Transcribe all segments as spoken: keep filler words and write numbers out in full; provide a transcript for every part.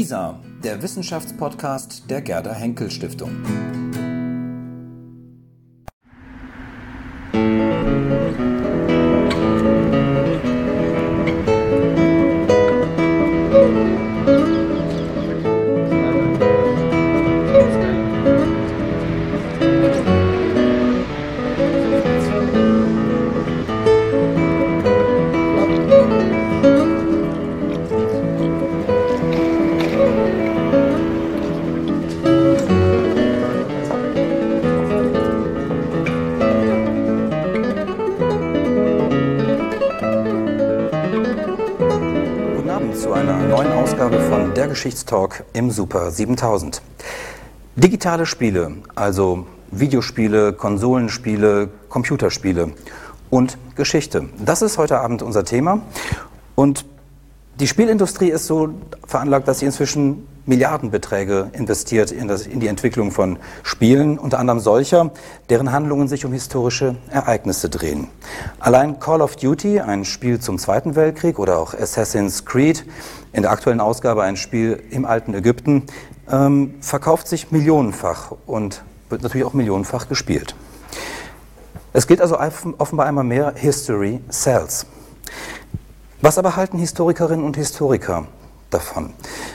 LISA, der Wissenschaftspodcast der Gerda Henkel Stiftung. Geschichtstalk im Super siebentausend. Digitale Spiele, also Videospiele, Konsolenspiele, Computerspiele und Geschichte. Das ist heute Abend unser Thema. Und die Spielindustrie ist so veranlagt, dass sie inzwischen Milliardenbeträge investiert in, das, in die Entwicklung von Spielen, unter anderem solcher, deren Handlungen sich um historische Ereignisse drehen. Allein Call of Duty, ein Spiel zum Zweiten Weltkrieg, oder auch Assassin's Creed, in der aktuellen Ausgabe ein Spiel im alten Ägypten, ähm, verkauft sich millionenfach und wird natürlich auch millionenfach gespielt. Es gilt also offenbar einmal mehr, History sells. Was aber halten Historikerinnen und Historiker davon?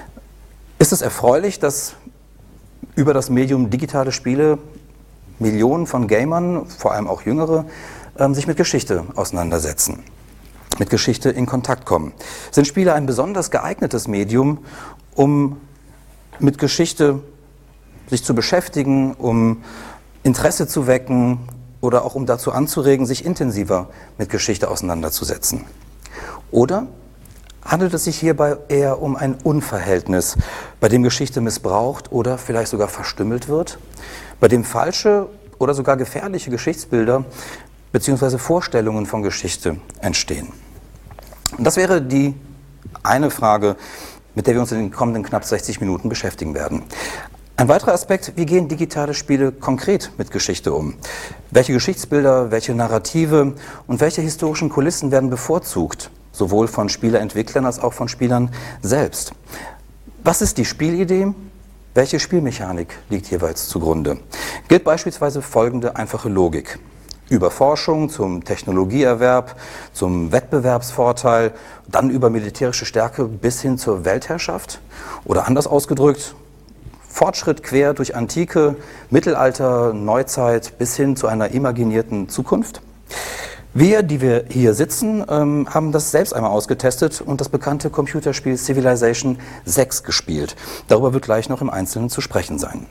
Ist es erfreulich, dass über das Medium digitale Spiele Millionen von Gamern, vor allem auch Jüngere, ähm, sich mit Geschichte auseinandersetzen, mit Geschichte in Kontakt kommen? Sind Spiele ein besonders geeignetes Medium, um mit Geschichte sich zu beschäftigen, um Interesse zu wecken oder auch um dazu anzuregen, sich intensiver mit Geschichte auseinanderzusetzen? Oder handelt es sich hierbei eher um ein Unverhältnis, bei dem Geschichte missbraucht oder vielleicht sogar verstümmelt wird, bei dem falsche oder sogar gefährliche Geschichtsbilder bzw. Vorstellungen von Geschichte entstehen? Und das wäre die eine Frage, mit der wir uns in den kommenden knapp sechzig Minuten beschäftigen werden. Ein weiterer Aspekt: Wie gehen digitale Spiele konkret mit Geschichte um? Welche Geschichtsbilder, welche Narrative und welche historischen Kulissen werden bevorzugt, sowohl von Spieleentwicklern als auch von Spielern selbst? Was ist die Spielidee? Welche Spielmechanik liegt jeweils zugrunde? Gilt beispielsweise folgende einfache Logik: Über Forschung zum Technologieerwerb, zum Wettbewerbsvorteil, dann über militärische Stärke bis hin zur Weltherrschaft? Oder anders ausgedrückt, Fortschritt quer durch Antike, Mittelalter, Neuzeit bis hin zu einer imaginierten Zukunft? Wir, die wir hier sitzen, ähm, haben das selbst einmal ausgetestet und das bekannte Computerspiel Civilization sechs gespielt. Darüber wird gleich noch im Einzelnen zu sprechen sein.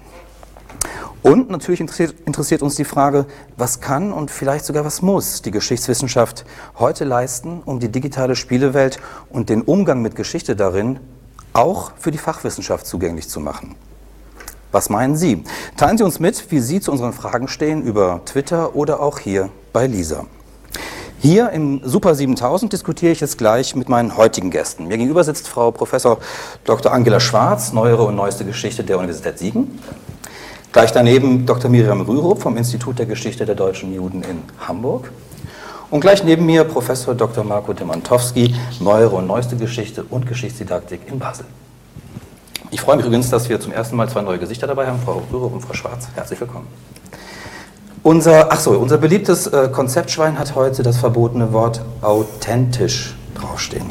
Und natürlich interessiert, interessiert uns die Frage, was kann und vielleicht sogar was muss die Geschichtswissenschaft heute leisten, um die digitale Spielewelt und den Umgang mit Geschichte darin auch für die Fachwissenschaft zugänglich zu machen. Was meinen Sie? Teilen Sie uns mit, wie Sie zu unseren Fragen stehen, über Twitter oder auch hier bei LISA. Hier im Super siebentausend diskutiere ich jetzt gleich mit meinen heutigen Gästen. Mir gegenüber sitzt Frau Professor Doktor Angela Schwarz, Neuere und Neueste Geschichte der Universität Siegen. Gleich daneben Doktor Miriam Rürup vom Institut der Geschichte der deutschen Juden in Hamburg. Und gleich neben mir Professor Doktor Marco Demantowski, Neuere und Neueste Geschichte und Geschichtsdidaktik in Basel. Ich freue mich übrigens, dass wir zum ersten Mal zwei neue Gesichter dabei haben, Frau Rürup und Frau Schwarz. Herzlich willkommen. Unser, ach so, unser beliebtes äh, Konzeptschwein hat heute das verbotene Wort authentisch draufstehen.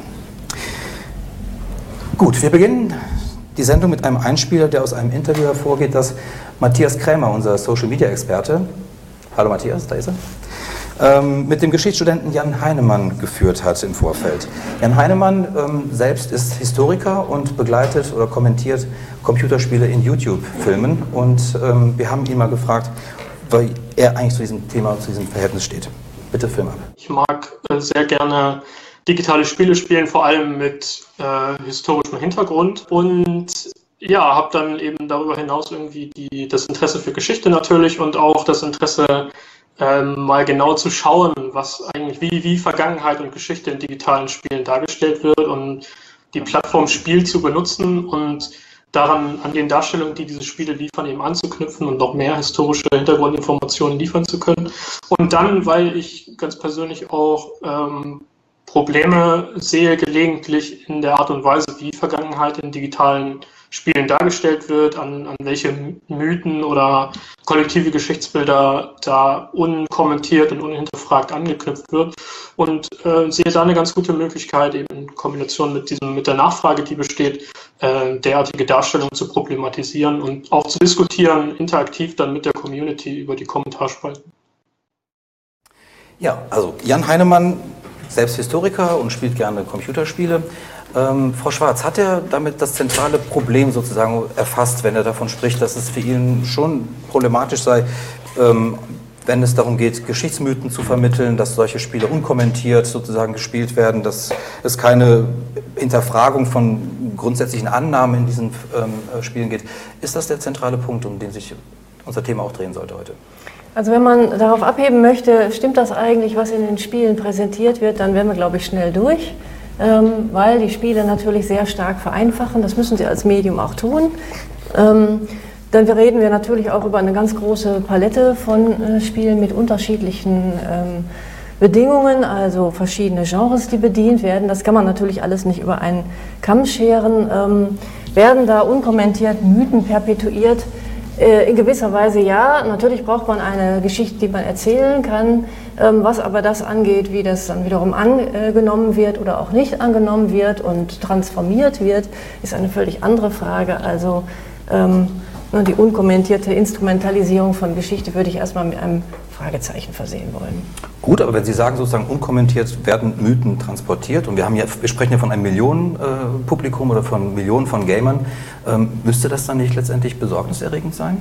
Gut, wir beginnen die Sendung mit einem Einspieler, der aus einem Interview hervorgeht, das Matthias Krämer, unser Social-Media-Experte, hallo Matthias, da ist er, ähm, mit dem Geschichtsstudenten Jan Heinemann geführt hat im Vorfeld. Jan Heinemann ähm, selbst ist Historiker und begleitet oder kommentiert Computerspiele in YouTube-Filmen. Und ähm, wir haben ihn mal gefragt, weil er eigentlich zu diesem Thema, zu diesem Verhältnis steht. Bitte Film ab. Ich mag äh, sehr gerne digitale Spiele spielen, vor allem mit äh, historischem Hintergrund. Und ja, habe dann eben darüber hinaus irgendwie die, das Interesse für Geschichte natürlich und auch das Interesse, ähm, mal genau zu schauen, was eigentlich, wie, wie Vergangenheit und Geschichte in digitalen Spielen dargestellt wird und die Plattform Spiel zu benutzen und daran, an den Darstellungen, die diese Spiele liefern, eben anzuknüpfen und noch mehr historische Hintergrundinformationen liefern zu können. Und dann, weil ich ganz persönlich auch ähm, Probleme sehe gelegentlich in der Art und Weise, wie Vergangenheit in digitalen Spielen dargestellt wird, an, an welche Mythen oder kollektive Geschichtsbilder da unkommentiert und unhinterfragt angeknüpft wird. Und äh, sehe da eine ganz gute Möglichkeit, eben in Kombination mit diesem, mit der Nachfrage, die besteht, äh, derartige Darstellungen zu problematisieren und auch zu diskutieren, interaktiv dann mit der Community über die Kommentarspalten. Ja, also Jan Heinemann, selbst Historiker und spielt gerne Computerspiele. Ähm, Frau Schwarz, hat er damit das zentrale Problem sozusagen erfasst, wenn er davon spricht, dass es für ihn schon problematisch sei, ähm, wenn es darum geht, Geschichtsmythen zu vermitteln, dass solche Spiele unkommentiert sozusagen gespielt werden, dass es keine Hinterfragung von grundsätzlichen Annahmen in diesen ähm, Spielen geht? Ist das der zentrale Punkt, um den sich unser Thema auch drehen sollte heute? Also wenn man darauf abheben möchte, stimmt das eigentlich, was in den Spielen präsentiert wird, dann wären wir, glaube ich, schnell durch. Ähm, weil die Spiele natürlich sehr stark vereinfachen, das müssen sie als Medium auch tun. Ähm, dann reden wir natürlich auch über eine ganz große Palette von äh, Spielen mit unterschiedlichen ähm, Bedingungen, also verschiedene Genres, die bedient werden. Das kann man natürlich alles nicht über einen Kamm scheren. Ähm, werden da unkommentiert Mythen perpetuiert? In gewisser Weise ja. Natürlich braucht man eine Geschichte, die man erzählen kann. Was aber das angeht, wie das dann wiederum angenommen wird oder auch nicht angenommen wird und transformiert wird, ist eine völlig andere Frage. Also die unkommentierte Instrumentalisierung von Geschichte würde ich erstmal mit einem Fragezeichen versehen wollen. Gut, aber wenn Sie sagen, sozusagen unkommentiert werden Mythen transportiert, und wir haben ja, wir sprechen ja von einem Millionenpublikum äh, oder von Millionen von Gamern, ähm, müsste das dann nicht letztendlich besorgniserregend sein?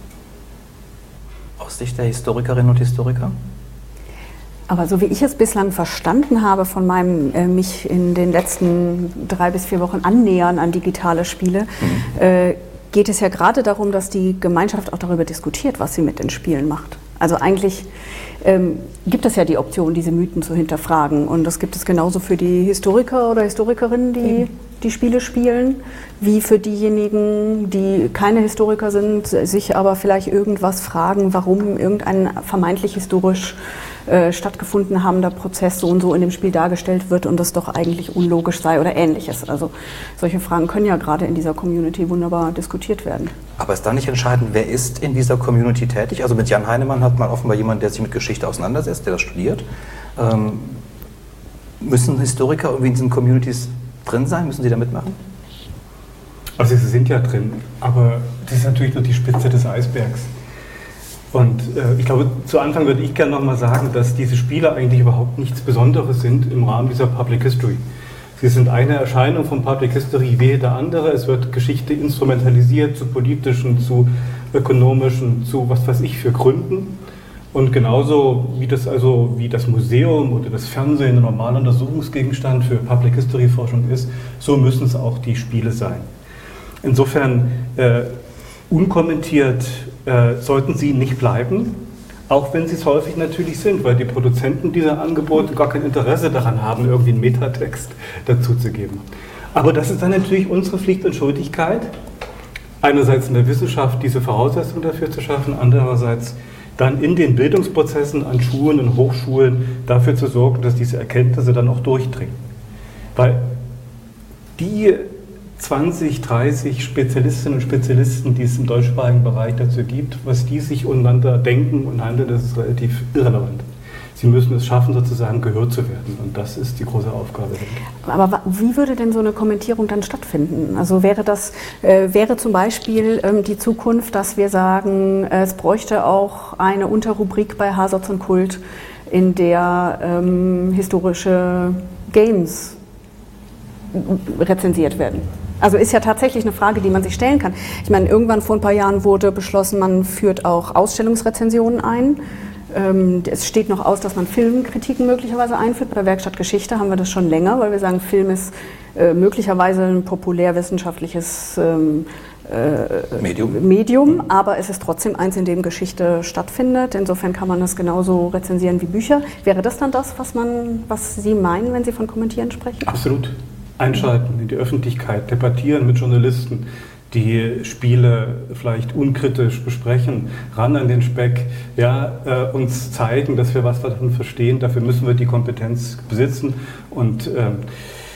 Aus Sicht der Historikerinnen und Historiker? Aber so wie ich es bislang verstanden habe von meinem äh, mich in den letzten drei bis vier Wochen annähern an digitale Spiele, mhm. äh, geht es ja gerade darum, dass die Gemeinschaft auch darüber diskutiert, was sie mit den Spielen macht. Also eigentlich ähm, gibt es ja die Option, diese Mythen zu hinterfragen. Und das gibt es genauso für die Historiker oder Historikerinnen, die mhm. die Spiele spielen, wie für diejenigen, die keine Historiker sind, sich aber vielleicht irgendwas fragen, warum irgendein vermeintlich historisch äh, stattgefunden habender Prozess so und so in dem Spiel dargestellt wird und das doch eigentlich unlogisch sei oder Ähnliches. Also solche Fragen können ja gerade in dieser Community wunderbar diskutiert werden. Aber ist da nicht entscheidend, wer ist in dieser Community tätig? Also mit Jan Heinemann hat man offenbar jemanden, der sich mit Geschichte auseinandersetzt, der das studiert. Ähm, müssen Historiker irgendwie in diesen Communities drin sein? Müssen sie da mitmachen? Also sie sind ja drin, aber das ist natürlich nur die Spitze des Eisbergs. Und äh, ich glaube, zu Anfang würde ich gerne nochmal sagen, dass diese Spiele eigentlich überhaupt nichts Besonderes sind im Rahmen dieser Public History. Sie sind eine Erscheinung von Public History wie jede andere. Es wird Geschichte instrumentalisiert zu politischen, zu ökonomischen, zu was weiß ich für Gründen. Und genauso wie das, also, wie das Museum oder das Fernsehen ein normaler Untersuchungsgegenstand für Public History Forschung ist, so müssen es auch die Spiele sein. Insofern äh, unkommentiert äh, sollten sie nicht bleiben, auch wenn sie es häufig natürlich sind, weil die Produzenten dieser Angebote gar kein Interesse daran haben, irgendwie einen Metatext dazu zu geben. Aber das ist dann natürlich unsere Pflicht und Schuldigkeit, einerseits in der Wissenschaft diese Voraussetzungen dafür zu schaffen, andererseits dann in den Bildungsprozessen an Schulen und Hochschulen dafür zu sorgen, dass diese Erkenntnisse dann auch durchdringen. Weil die zwanzig, dreißig Spezialistinnen und Spezialisten, die es im deutschsprachigen Bereich dazu gibt, was die sich untereinander denken und handeln, das ist relativ irrelevant. Sie müssen es schaffen, sozusagen gehört zu werden. Und das ist die große Aufgabe. Aber wie würde denn so eine Kommentierung dann stattfinden? Also wäre das, äh, wäre zum Beispiel ähm, die Zukunft, dass wir sagen, äh, es bräuchte auch eine Unterrubrik bei Hasards und Kult, in der ähm, historische Games rezensiert werden? Also ist ja tatsächlich eine Frage, die man sich stellen kann. Ich meine, irgendwann vor ein paar Jahren wurde beschlossen, man führt auch Ausstellungsrezensionen ein. Es steht noch aus, dass man Filmkritiken möglicherweise einführt. Bei der Werkstatt Geschichte haben wir das schon länger, weil wir sagen, Film ist äh, möglicherweise ein populärwissenschaftliches ähm, äh, Medium. Medium, aber es ist trotzdem eins, in dem Geschichte stattfindet. Insofern kann man das genauso rezensieren wie Bücher. Wäre das dann das, was, man, was Sie meinen, wenn Sie von Kommentieren sprechen? Absolut. Einschalten in die Öffentlichkeit, debattieren mit Journalisten, die Spiele vielleicht unkritisch besprechen, ran an den Speck, ja, äh, uns zeigen, dass wir was davon verstehen. Dafür müssen wir die Kompetenz besitzen. Und äh,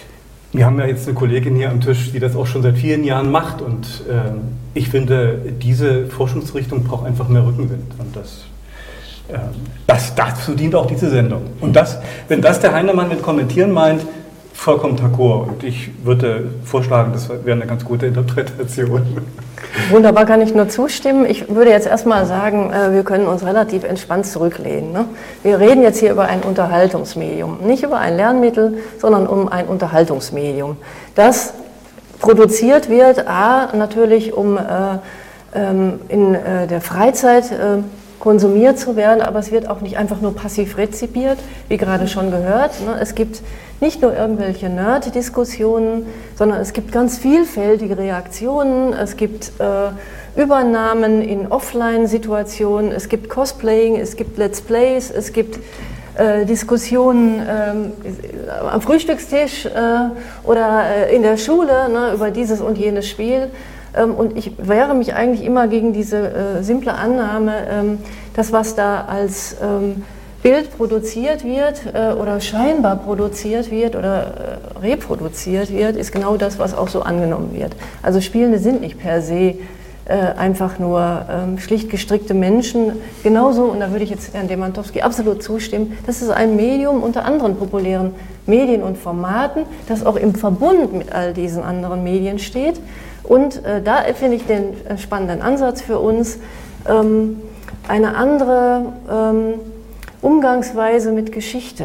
Wir haben ja jetzt eine Kollegin hier am Tisch, die das auch schon seit vielen Jahren macht und äh, ich finde, diese Forschungsrichtung braucht einfach mehr Rückenwind und das, äh, das, dazu dient auch diese Sendung. Und das, wenn das der Heinemann mit Kommentieren meint, vollkommen d'accord und ich würde vorschlagen, das wäre eine ganz gute Interpretation. Wunderbar, kann ich nur zustimmen. Ich würde jetzt erstmal sagen, wir können uns relativ entspannt zurücklehnen. Ne? Wir reden jetzt hier über ein Unterhaltungsmedium, nicht über ein Lernmittel, sondern um ein Unterhaltungsmedium, das produziert wird, a, natürlich um äh, ähm, in äh, der Freizeit äh, konsumiert zu werden, aber es wird auch nicht einfach nur passiv rezipiert, wie gerade schon gehört. Ne? Es gibt nicht nur irgendwelche Nerd-Diskussionen, sondern es gibt ganz vielfältige Reaktionen, es gibt äh, Übernahmen in Offline-Situationen, es gibt Cosplaying, es gibt Let's Plays, es gibt äh, Diskussionen äh, am Frühstückstisch äh, oder äh, in der Schule, ne, über dieses und jenes Spiel. Ähm, und ich wehre mich eigentlich immer gegen diese äh, simple Annahme, ähm, dass was da als ähm, Bild produziert wird äh, oder scheinbar produziert wird oder äh, reproduziert wird, ist genau das, was auch so angenommen wird. Also Spielende sind nicht per se äh, einfach nur ähm, schlicht gestrickte Menschen. Genauso, und da würde ich jetzt Herrn Demantowski absolut zustimmen, das ist ein Medium unter anderen populären Medien und Formaten, das auch im Verbund mit all diesen anderen Medien steht. Und äh, da finde ich den äh, spannenden Ansatz für uns, ähm, eine andere ähm, Umgangsweise mit Geschichte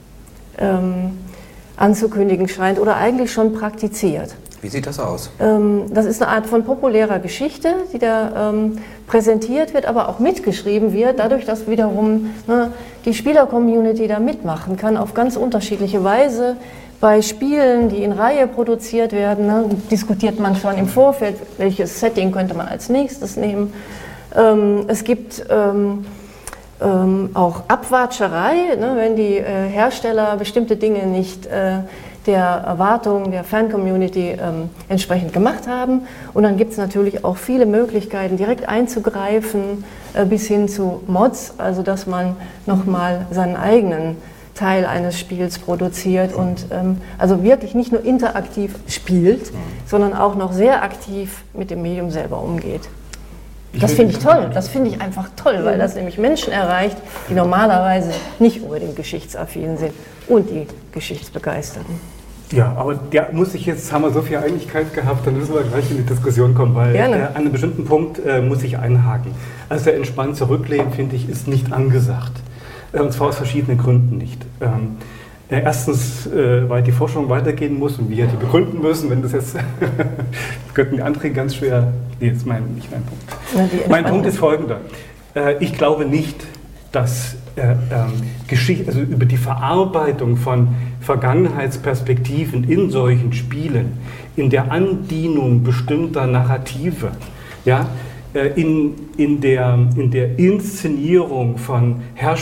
ähm, anzukündigen scheint oder eigentlich schon praktiziert. Wie sieht das aus? Ähm, das ist eine Art von populärer Geschichte, die da ähm, präsentiert wird, aber auch mitgeschrieben wird, dadurch, dass wiederum ne, die Spieler-Community da mitmachen kann, auf ganz unterschiedliche Weise. Bei Spielen, die in Reihe produziert werden, ne, diskutiert man schon im Vorfeld, welches Setting könnte man als nächstes nehmen. Ähm, es gibt ähm, Ähm, auch Abwatscherei, ne, wenn die äh, Hersteller bestimmte Dinge nicht äh, der Erwartungen der Fan-Community ähm, entsprechend gemacht haben. Und dann gibt es natürlich auch viele Möglichkeiten, direkt einzugreifen, äh, bis hin zu Mods, also dass man nochmal seinen eigenen Teil eines Spiels produziert und ähm, also wirklich nicht nur interaktiv spielt, sondern auch noch sehr aktiv mit dem Medium selber umgeht. Das finde ich toll, das finde ich einfach toll, weil das nämlich Menschen erreicht, die normalerweise nicht unbedingt geschichtsaffin sind und die Geschichtsbegeisterten. Ja, aber der muss ich jetzt, haben wir so viel Einigkeit gehabt, dann müssen wir gleich in die Diskussion kommen, weil äh, an einem bestimmten Punkt äh, muss ich einhaken. Also der entspannt zurücklehnen, finde ich, ist nicht angesagt. Äh, und zwar aus verschiedenen Gründen nicht. Ähm, äh, erstens, äh, weil die Forschung weitergehen muss und wir die begründen müssen, wenn das jetzt, könnten die Anträge ganz schwer, nee, das ist mein, nicht mein Punkt. Ja, mein Punkt ist folgender. Äh, ich glaube nicht, dass äh, ähm, Geschichte, also über die Verarbeitung von Vergangenheitsperspektiven in solchen Spielen, in der Andienung bestimmter Narrative, ja, äh, in, in, der, in der Inszenierung von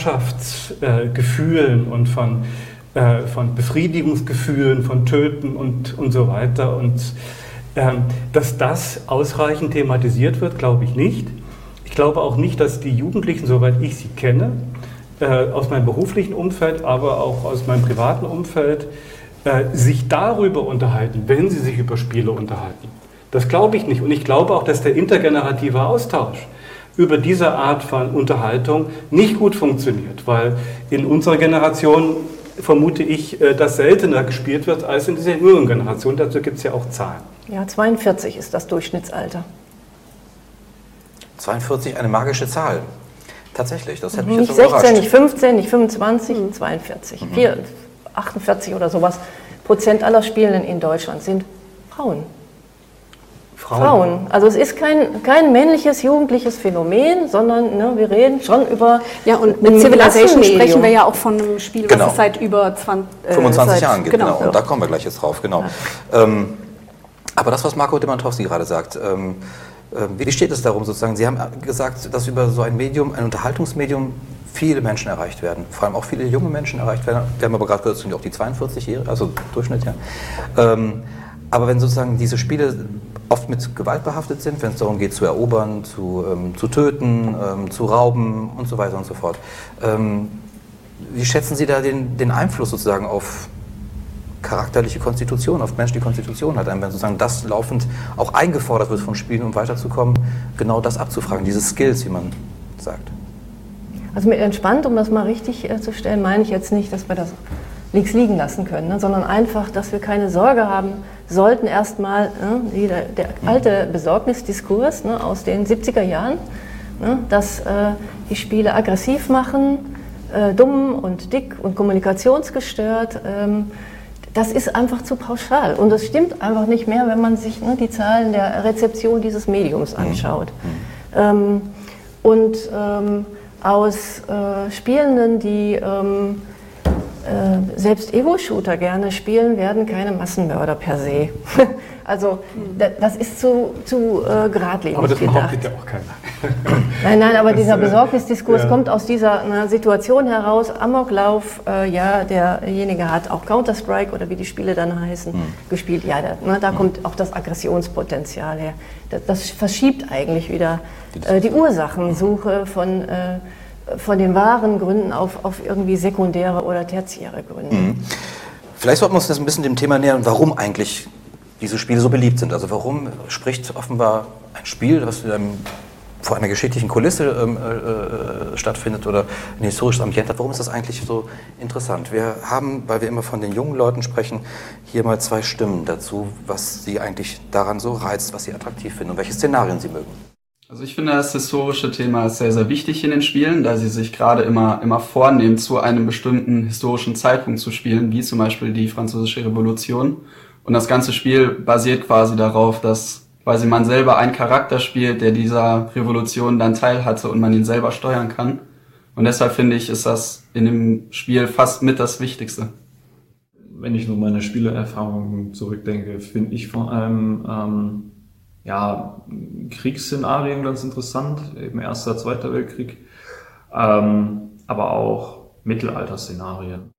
Herrschaftsgefühlen äh, und von, äh, von Befriedigungsgefühlen, von Töten und, und so weiter. Und äh, dass das ausreichend thematisiert wird, glaube ich nicht. Ich glaube auch nicht, dass die Jugendlichen, soweit ich sie kenne, äh, aus meinem beruflichen Umfeld, aber auch aus meinem privaten Umfeld, äh, sich darüber unterhalten, wenn sie sich über Spiele unterhalten. Das glaube ich nicht. Und ich glaube auch, dass der intergenerative Austausch über diese Art von Unterhaltung nicht gut funktioniert, weil in unserer Generation, vermute ich, äh, das seltener gespielt wird als in dieser jüngeren Generation. Dazu gibt es ja auch Zahlen. Ja, zweiundvierzig ist das Durchschnittsalter. zweiundvierzig, eine magische Zahl. Tatsächlich, das hat mich nicht jetzt überrascht. sechzehn, nicht fünfzehn, nicht fünfundzwanzig, mhm. zweiundvierzig. Mhm. vier, achtundvierzig oder sowas Prozent aller Spielenden in Deutschland sind Frauen. Frauen. Frauen. Also es ist kein, kein männliches, jugendliches Phänomen, sondern ne, wir reden schon über... Ja, und mit Civilization sprechen wir ja auch von einem Spiel, was genau. es seit über zwanzig, äh, fünfundzwanzig seit, Jahren gibt. Genau, genau. Und ja. da kommen wir gleich jetzt drauf. Genau. Ja. Ähm, aber das, was Marco Demantowski gerade sagt, ähm, wie steht es darum sozusagen? Sie haben gesagt, dass über so ein Medium, ein Unterhaltungsmedium, viele Menschen erreicht werden. Vor allem auch viele junge Menschen erreicht werden. Wir haben aber gerade gehört, es sind auch die zweiundvierzig-Jährigen, also Durchschnitt, ja. Ähm, aber wenn sozusagen diese Spiele oft mit Gewalt behaftet sind, wenn es darum geht zu erobern, zu, ähm, zu töten, ähm, zu rauben und so weiter und so fort. Ähm, wie schätzen Sie da den, den Einfluss sozusagen auf charakterliche Konstitution, auf menschliche Konstitution hat, wenn sozusagen das laufend auch eingefordert wird von Spielen, um weiterzukommen, genau das abzufragen, diese Skills, wie man sagt. Also mit entspannt, um das mal richtig äh, zu stellen, meine ich jetzt nicht, dass wir das links liegen lassen können, ne, sondern einfach, dass wir keine Sorge haben sollten, erstmal ne, der, der alte Besorgnisdiskurs ne, aus den siebziger Jahren, ne, dass äh, die Spiele aggressiv machen, äh, dumm und dick und kommunikationsgestört, ähm, das ist einfach zu pauschal und das stimmt einfach nicht mehr, wenn man sich ne, die Zahlen der Rezeption dieses Mediums anschaut. Mhm. Ähm, und ähm, aus äh, Spielenden, die ähm, äh, selbst Ego-Shooter gerne spielen, werden keine Massenmörder per se. Also das ist zu, zu äh, geradlinig aber das gedacht. behauptet ja auch keiner. Nein, nein, aber dieser Das, äh, Besorgnisdiskurs ja. kommt aus dieser na, Situation heraus, Amoklauf, äh, ja, derjenige hat auch Counter-Strike oder wie die Spiele dann heißen, mhm. gespielt. Ja, da, na, da mhm. kommt auch das Aggressionspotenzial her. Das, das verschiebt eigentlich wieder äh, die Ursachensuche von, äh, von den wahren Gründen auf, auf irgendwie sekundäre oder tertiäre Gründe. Mhm. Vielleicht sollten wir uns jetzt ein bisschen dem Thema nähern, warum eigentlich diese Spiele so beliebt sind. Also warum spricht offenbar ein Spiel, das ähm, vor einer geschichtlichen Kulisse ähm, äh, stattfindet oder ein historisches Ambiente hat, warum ist das eigentlich so interessant? Wir haben, weil wir immer von den jungen Leuten sprechen, hier mal zwei Stimmen dazu, was sie eigentlich daran so reizt, was sie attraktiv finden und welche Szenarien sie mögen. Also ich finde, das historische Thema ist sehr, sehr wichtig in den Spielen, da sie sich gerade immer, immer vornehmen, zu einem bestimmten historischen Zeitpunkt zu spielen, wie zum Beispiel die Französische Revolution. Und das ganze Spiel basiert quasi darauf, dass quasi man selber einen Charakter spielt, der dieser Revolution dann teil hatte und man ihn selber steuern kann. Und deshalb finde ich, ist das in dem Spiel fast mit das Wichtigste. Wenn ich nur meine Spielerfahrungen zurückdenke, finde ich vor allem ähm, ja, Kriegsszenarien ganz interessant, eben Erster, Zweiter Weltkrieg, ähm, aber auch Mittelalter-Szenarien.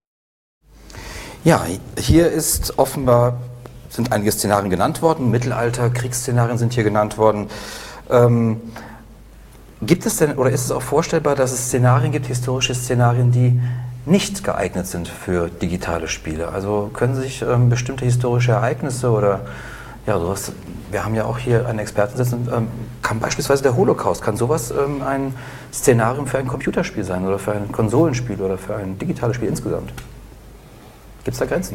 Ja, hier ist offenbar, sind einige Szenarien genannt worden, Mittelalter, Kriegsszenarien sind hier genannt worden. Ähm, gibt es denn, oder ist es auch vorstellbar, dass es Szenarien gibt, historische Szenarien, die nicht geeignet sind für digitale Spiele? Also können sich ähm, bestimmte historische Ereignisse oder ja, sowas, wir haben ja auch hier einen Experten sitzen, ähm, kann beispielsweise der Holocaust, kann sowas ähm, ein Szenarium für ein Computerspiel sein oder für ein Konsolenspiel oder für ein digitales Spiel insgesamt? Gibt es da Grenzen?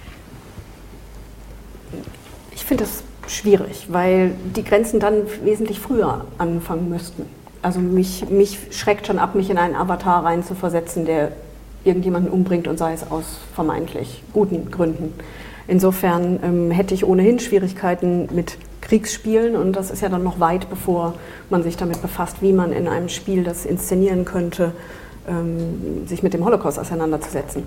Ich finde das schwierig, weil die Grenzen dann wesentlich früher anfangen müssten. Also mich, mich schreckt schon ab, mich in einen Avatar rein zu versetzen, der irgendjemanden umbringt und sei es aus vermeintlich guten Gründen. Insofern ähm, hätte ich ohnehin Schwierigkeiten mit Kriegsspielen und das ist ja dann noch weit, bevor man sich damit befasst, wie man in einem Spiel das inszenieren könnte, ähm, sich mit dem Holocaust auseinanderzusetzen.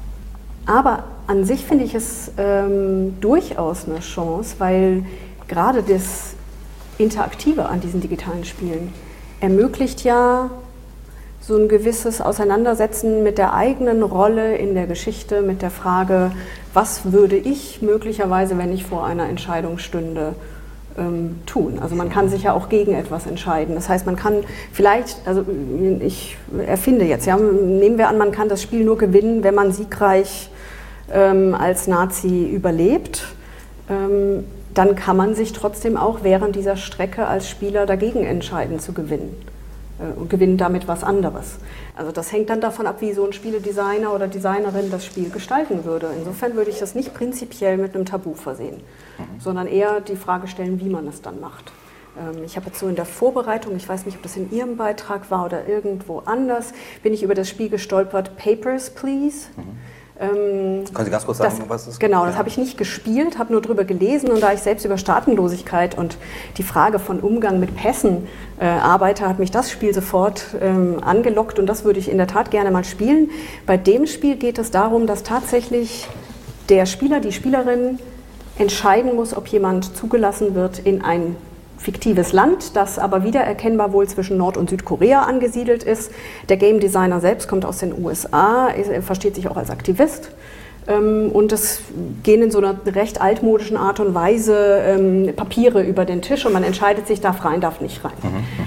Aber an sich finde ich es ähm, durchaus eine Chance, weil gerade das Interaktive an diesen digitalen Spielen ermöglicht ja so ein gewisses Auseinandersetzen mit der eigenen Rolle in der Geschichte, mit der Frage, was würde ich möglicherweise, wenn ich vor einer Entscheidung stünde, ähm, tun. Also man kann sich ja auch gegen etwas entscheiden. Das heißt, man kann vielleicht, also ich erfinde jetzt, ja, nehmen wir an, man kann das Spiel nur gewinnen, wenn man siegreich ähm, als Nazi überlebt. Ähm, dann kann man sich trotzdem auch während dieser Strecke als Spieler dagegen entscheiden zu gewinnen. Und gewinnen damit was anderes. Also das hängt dann davon ab, wie so ein Spieledesigner oder Designerin das Spiel gestalten würde. Insofern würde ich das nicht prinzipiell mit einem Tabu versehen, mhm. sondern eher die Frage stellen, wie man es dann macht. Ich habe jetzt so in der Vorbereitung, ich weiß nicht, ob das in Ihrem Beitrag war oder irgendwo anders, bin ich über das Spiel gestolpert, Papers, Please. Mhm. Ähm, Können Sie ganz kurz sagen, das, was das ist? Genau, das habe ich nicht gespielt, habe nur drüber gelesen und da ich selbst über Staatenlosigkeit und die Frage von Umgang mit Pässen äh, arbeite, hat mich das Spiel sofort ähm, angelockt und das würde ich in der Tat gerne mal spielen. Bei dem Spiel geht es darum, dass tatsächlich der Spieler, die Spielerin entscheiden muss, ob jemand zugelassen wird in ein fiktives Land, das aber wiedererkennbar wohl zwischen Nord- und Südkorea angesiedelt ist. Der Game Designer selbst kommt aus den U S A, er versteht sich auch als Aktivist. Und es gehen in so einer recht altmodischen Art und Weise Papiere über den Tisch und man entscheidet sich, darf rein, darf nicht rein. Mhm.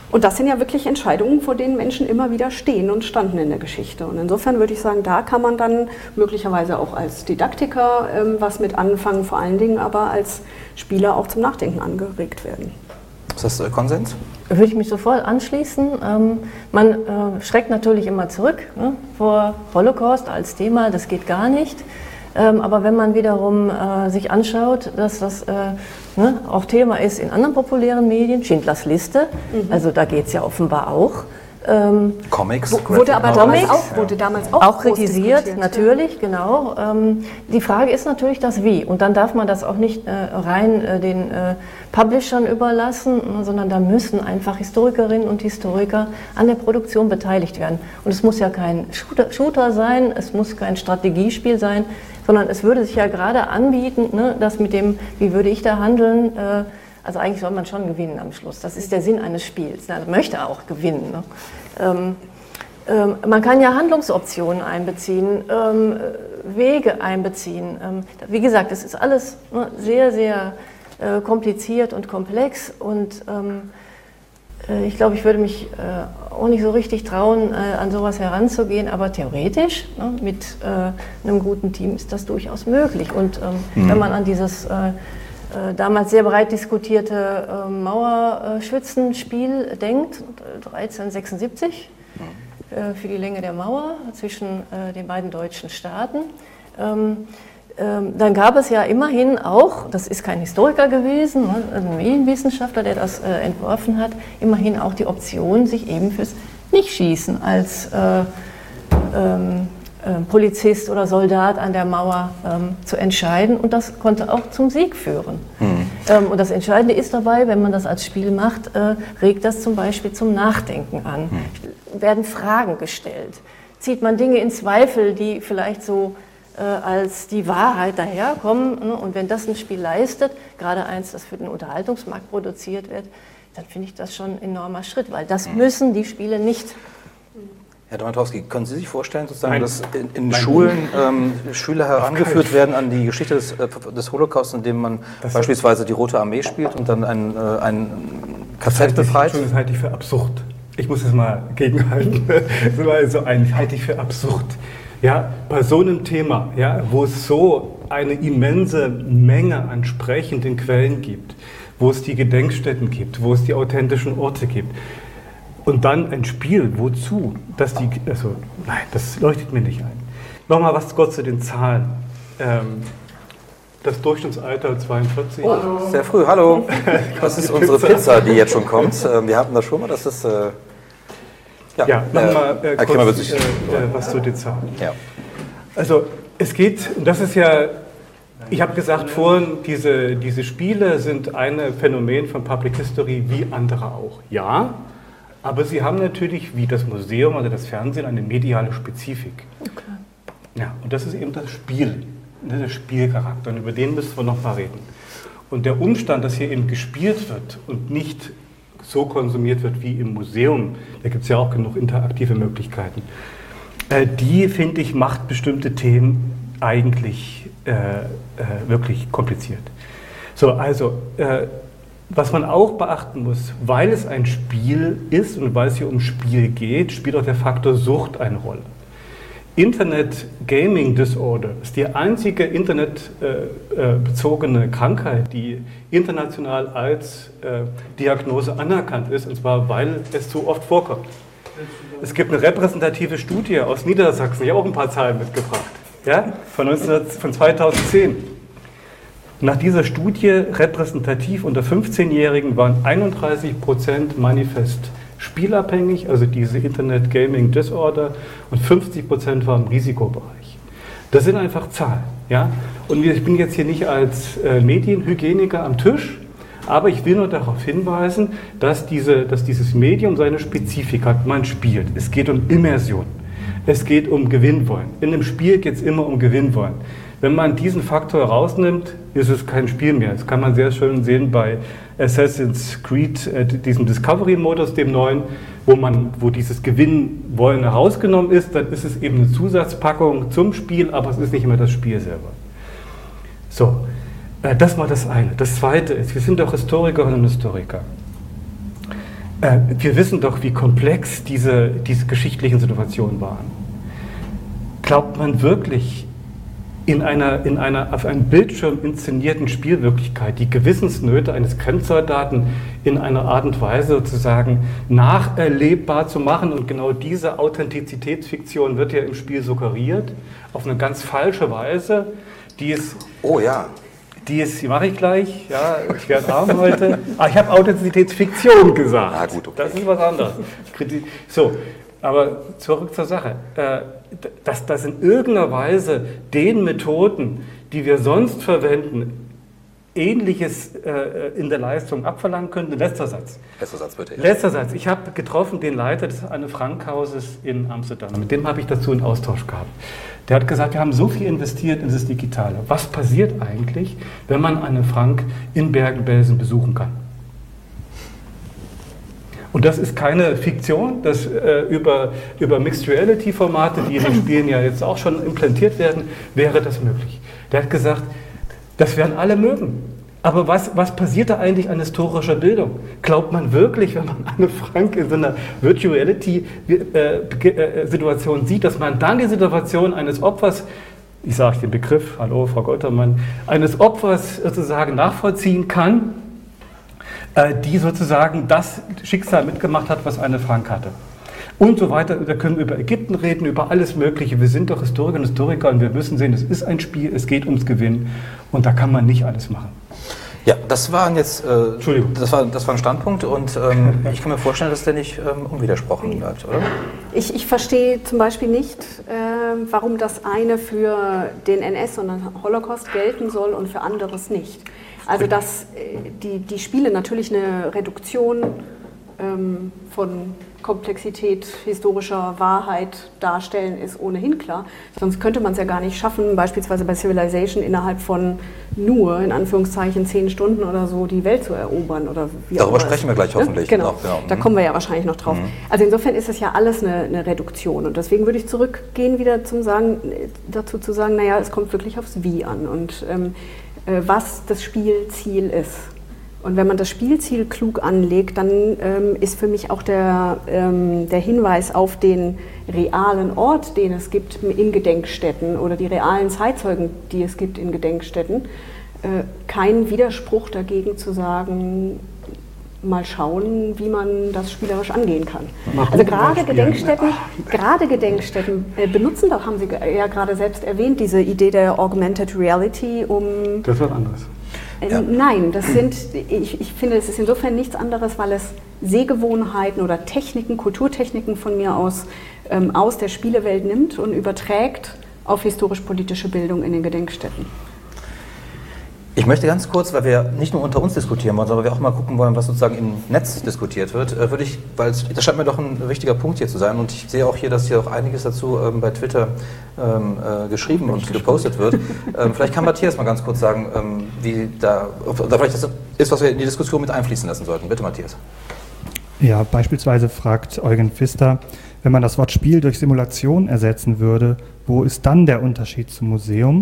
Und das sind ja wirklich Entscheidungen, vor denen Menschen immer wieder stehen und standen in der Geschichte. Und insofern würde ich sagen, da kann man dann möglicherweise auch als Didaktiker ähm, was mit anfangen, vor allen Dingen aber als Spieler auch zum Nachdenken angeregt werden. Ist das äh, Konsens? Würde ich mich sofort anschließen. Ähm, man äh, schreckt natürlich immer zurück, ne, vor Holocaust als Thema, das geht gar nicht. Ähm, aber wenn man wiederum äh, sich anschaut, dass das äh, ne, auch Thema ist in anderen populären Medien, Schindlers Liste, mhm. also da geht es ja offenbar auch. Ähm, Comics. Wo, wurde aber damals auch, wurde damals auch, auch kritisiert, natürlich, ja. genau. Ähm, die Frage ist natürlich das Wie. Und dann darf man das auch nicht äh, rein äh, den äh, Publishern überlassen, sondern da müssen einfach Historikerinnen und Historiker an der Produktion beteiligt werden. Und es muss ja kein Shooter, Shooter sein, es muss kein Strategiespiel sein, sondern es würde sich ja gerade anbieten, ne, dass mit dem, wie würde ich da handeln, äh, also eigentlich soll man schon gewinnen am Schluss. Das ist der Sinn eines Spiels. Man möchte auch gewinnen. Ne? Ähm, ähm, man kann ja Handlungsoptionen einbeziehen, ähm, Wege einbeziehen. Ähm, wie gesagt, es ist alles ne, sehr, sehr äh, kompliziert und komplex. Und ähm, äh, ich glaube, ich würde mich äh, auch nicht so richtig trauen, äh, an sowas heranzugehen. Aber theoretisch, ne, mit äh, einem guten Team ist das durchaus möglich. Und ähm, mhm. wenn man an dieses äh, Äh, damals sehr breit diskutierte äh, Mauerschützenspiel denkt, dreizehnhundertsechsundsiebzig, äh, für die Länge der Mauer zwischen äh, den beiden deutschen Staaten. Ähm, ähm, dann gab es ja immerhin auch, das ist kein Historiker gewesen, ne, ein Medienwissenschaftler, der das äh, entworfen hat, immerhin auch die Option, sich eben fürs Nichtschießen als äh, ähm, Polizist oder Soldat an der Mauer ähm, zu entscheiden, und das konnte auch zum Sieg führen. Mhm. Ähm, und das Entscheidende ist dabei, wenn man das als Spiel macht, äh, regt das zum Beispiel zum Nachdenken an. Mhm. Werden Fragen gestellt? Zieht man Dinge in Zweifel, die vielleicht so äh, als die Wahrheit daherkommen? Ne? Und wenn das ein Spiel leistet, gerade eins, das für den Unterhaltungsmarkt produziert wird, dann finde ich das schon ein enormer Schritt, weil das mhm. müssen die Spiele nicht. Herr Donatowski, können Sie sich vorstellen, sozusagen, Nein. dass in, in Schulen ähm, Schüler herangeführt werden an die Geschichte des, äh, des Holocaust, indem man das beispielsweise die Rote Armee spielt und dann ein, äh, ein K Z befreit? Das halte ich für absurd. Ich muss es mal gegenhalten. Das war so ein, halte ich für absurd. Ja, bei so einem Thema, ja, wo es so eine immense Menge an sprechenden Quellen gibt, wo es die Gedenkstätten gibt, wo es die authentischen Orte gibt, und dann ein Spiel, wozu? Dass die, also, nein, das leuchtet mir nicht ein. Nochmal was kurz zu den Zahlen. Ähm, das Durchschnittsalter zweiundvierzig. Oh, sehr früh, hallo. Das ist unsere Pizza, die jetzt schon kommt. Wir hatten das schon mal, das ist... Äh, ja, ja nochmal äh, äh, kurz äh, äh, was zu den Zahlen. Ja. Also, es geht, und das ist ja... Ich habe gesagt vorhin, diese, diese Spiele sind ein Phänomen von Public History wie andere auch. Ja, aber sie haben natürlich, wie das Museum oder das Fernsehen, eine mediale Spezifik. Okay. Ja, und das ist eben das Spiel, der Spielcharakter, und über den müssen wir noch mal reden. Und der Umstand, dass hier eben gespielt wird und nicht so konsumiert wird wie im Museum, da gibt es ja auch genug interaktive Möglichkeiten, äh, die, finde ich, macht bestimmte Themen eigentlich äh, äh, wirklich kompliziert. So, also... Äh, Was man auch beachten muss, weil es ein Spiel ist und weil es hier um Spiel geht, spielt auch der Faktor Sucht eine Rolle. Internet Gaming Disorder ist die einzige internetbezogene äh, Krankheit, die international als äh, Diagnose anerkannt ist, und zwar weil es so oft vorkommt. Es gibt eine repräsentative Studie aus Niedersachsen, ich habe auch ein paar Zahlen mitgebracht, ja, von, neunzehn, von zweitausendzehn. Nach dieser Studie, repräsentativ unter fünfzehnjährigen, waren einunddreißig Prozent manifest spielabhängig, also diese Internet Gaming Disorder, und fünfzig Prozent waren im Risikobereich. Das sind einfach Zahlen. Ja? Und ich bin jetzt hier nicht als äh, Medienhygieniker am Tisch, aber ich will nur darauf hinweisen, dass, diese, dass dieses Medium seine Spezifik hat. Man spielt. Es geht um Immersion. Es geht um Gewinnwollen. In einem Spiel geht es immer um Gewinnwollen. Wenn man diesen Faktor rausnimmt, ist es kein Spiel mehr. Das kann man sehr schön sehen bei Assassin's Creed, äh, diesem Discovery-Modus, dem neuen, wo, man, wo dieses Gewinnwollen herausgenommen ist. Dann ist es eben eine Zusatzpackung zum Spiel, aber es ist nicht immer das Spiel selber. So, äh, das war das eine. Das zweite ist, wir sind doch Historikerinnen und Historiker. Äh, wir wissen doch, wie komplex diese, diese geschichtlichen Situationen waren. Glaubt man wirklich, in einer, in einer auf einem Bildschirm inszenierten Spielwirklichkeit die Gewissensnöte eines Grenzsoldaten in einer Art und Weise sozusagen nacherlebbar zu machen? Und genau diese Authentizitätsfiktion wird ja im Spiel suggeriert, auf eine ganz falsche Weise, die es... Oh ja. Die ist, die mache ich gleich, ja, ich werde arm heute. Ah, ich habe Authentizitätsfiktion gesagt. Ah, gut, okay. Das ist was anderes. So, aber zurück zur Sache. Dass das in irgendeiner Weise den Methoden, die wir sonst verwenden, Ähnliches in der Leistung abverlangen könnten. Letzter Satz. Letzter Satz, bitte. Ja. Letzter Satz. Ich habe getroffen den Leiter des Anne-Frank-Hauses in Amsterdam. Mit dem habe ich dazu einen Austausch gehabt. Der hat gesagt, wir haben so viel investiert in das Digitale. Was passiert eigentlich, wenn man Anne Frank in Bergen-Belsen besuchen kann? Und das ist keine Fiktion, das äh, über, über Mixed Reality Formate, die in den Spielen ja jetzt auch schon implantiert werden, wäre das möglich. Der hat gesagt, das werden alle mögen. Aber was, was passiert da eigentlich an historischer Bildung? Glaubt man wirklich, wenn man Anne Frank in so einer Virtual Reality äh, Situation sieht, dass man dann die Situation eines Opfers, ich sage den Begriff, hallo Frau Goltermann, eines Opfers sozusagen nachvollziehen kann, die sozusagen das Schicksal mitgemacht hat, was Anne Frank hatte. Und so weiter. Da können wir über Ägypten reden, über alles Mögliche. Wir sind doch Historiker und Historiker und wir müssen sehen, es ist ein Spiel, es geht ums Gewinnen und da kann man nicht alles machen. Ja, das waren jetzt, äh, Entschuldigung. Das war, das war ein Standpunkt und ähm, ich kann mir vorstellen, dass der nicht ähm, unwidersprochen bleibt, oder? Ich, ich verstehe zum Beispiel nicht, äh, warum das eine für den N S und den Holocaust gelten soll und für anderes nicht. Also dass äh, die, die Spiele natürlich eine Reduktion ähm, von Komplexität historischer Wahrheit darstellen, ist ohnehin klar. Sonst könnte man es ja gar nicht schaffen, beispielsweise bei Civilization innerhalb von nur, in Anführungszeichen, zehn Stunden oder so die Welt zu erobern. Oder wie Darüber auch sprechen wir gleich hoffentlich. Ne? Genau, noch, genau. Da kommen wir ja wahrscheinlich noch drauf. Mhm. Also insofern ist es ja alles eine, eine Reduktion. Und deswegen würde ich zurückgehen wieder zum sagen, dazu zu sagen, naja, es kommt wirklich aufs Wie an und ähm, äh, was das Spielziel ist. Und wenn man das Spielziel klug anlegt, dann ähm, ist für mich auch der, ähm, der Hinweis auf den realen Ort, den es gibt in Gedenkstätten oder die realen Zeitzeugen, die es gibt in Gedenkstätten, äh, kein Widerspruch dagegen zu sagen, mal schauen, wie man das spielerisch angehen kann. Also gerade Gedenkstätten, gerade Gedenkstätten äh, benutzen doch, haben Sie ja gerade selbst erwähnt, diese Idee der Augmented Reality, um... Das ist was anderes. Ja. Nein, das sind, ich, ich finde, es ist insofern nichts anderes, weil es Sehgewohnheiten oder Techniken, Kulturtechniken von mir aus, ähm, aus der Spielewelt nimmt und überträgt auf historisch-politische Bildung in den Gedenkstätten. Ich möchte ganz kurz, weil wir nicht nur unter uns diskutieren wollen, sondern wir auch mal gucken wollen, was sozusagen im Netz diskutiert wird, äh, würde ich, weil das scheint mir doch ein wichtiger Punkt hier zu sein und ich sehe auch hier, dass hier auch einiges dazu ähm, bei Twitter ähm, äh, geschrieben und gepostet wird. Ähm, vielleicht kann Matthias mal ganz kurz sagen, ähm, wie da, oder vielleicht das ist, was wir in die Diskussion mit einfließen lassen sollten. Bitte, Matthias. Ja, beispielsweise fragt Eugen Pfister, wenn man das Wort Spiel durch Simulation ersetzen würde, wo ist dann der Unterschied zum Museum?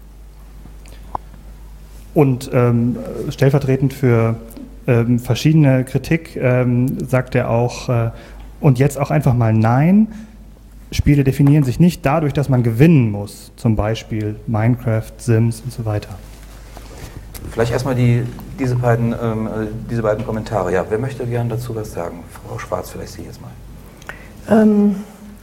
Und ähm, stellvertretend für ähm, verschiedene Kritik ähm, sagt er auch, äh, und jetzt auch einfach mal nein, Spiele definieren sich nicht dadurch, dass man gewinnen muss, zum Beispiel Minecraft, Sims und so weiter. Vielleicht erstmal die, diese, beiden, ähm, diese beiden Kommentare. Ja, wer möchte gerne dazu was sagen? Frau Schwarz, vielleicht Sie jetzt mal. Ähm.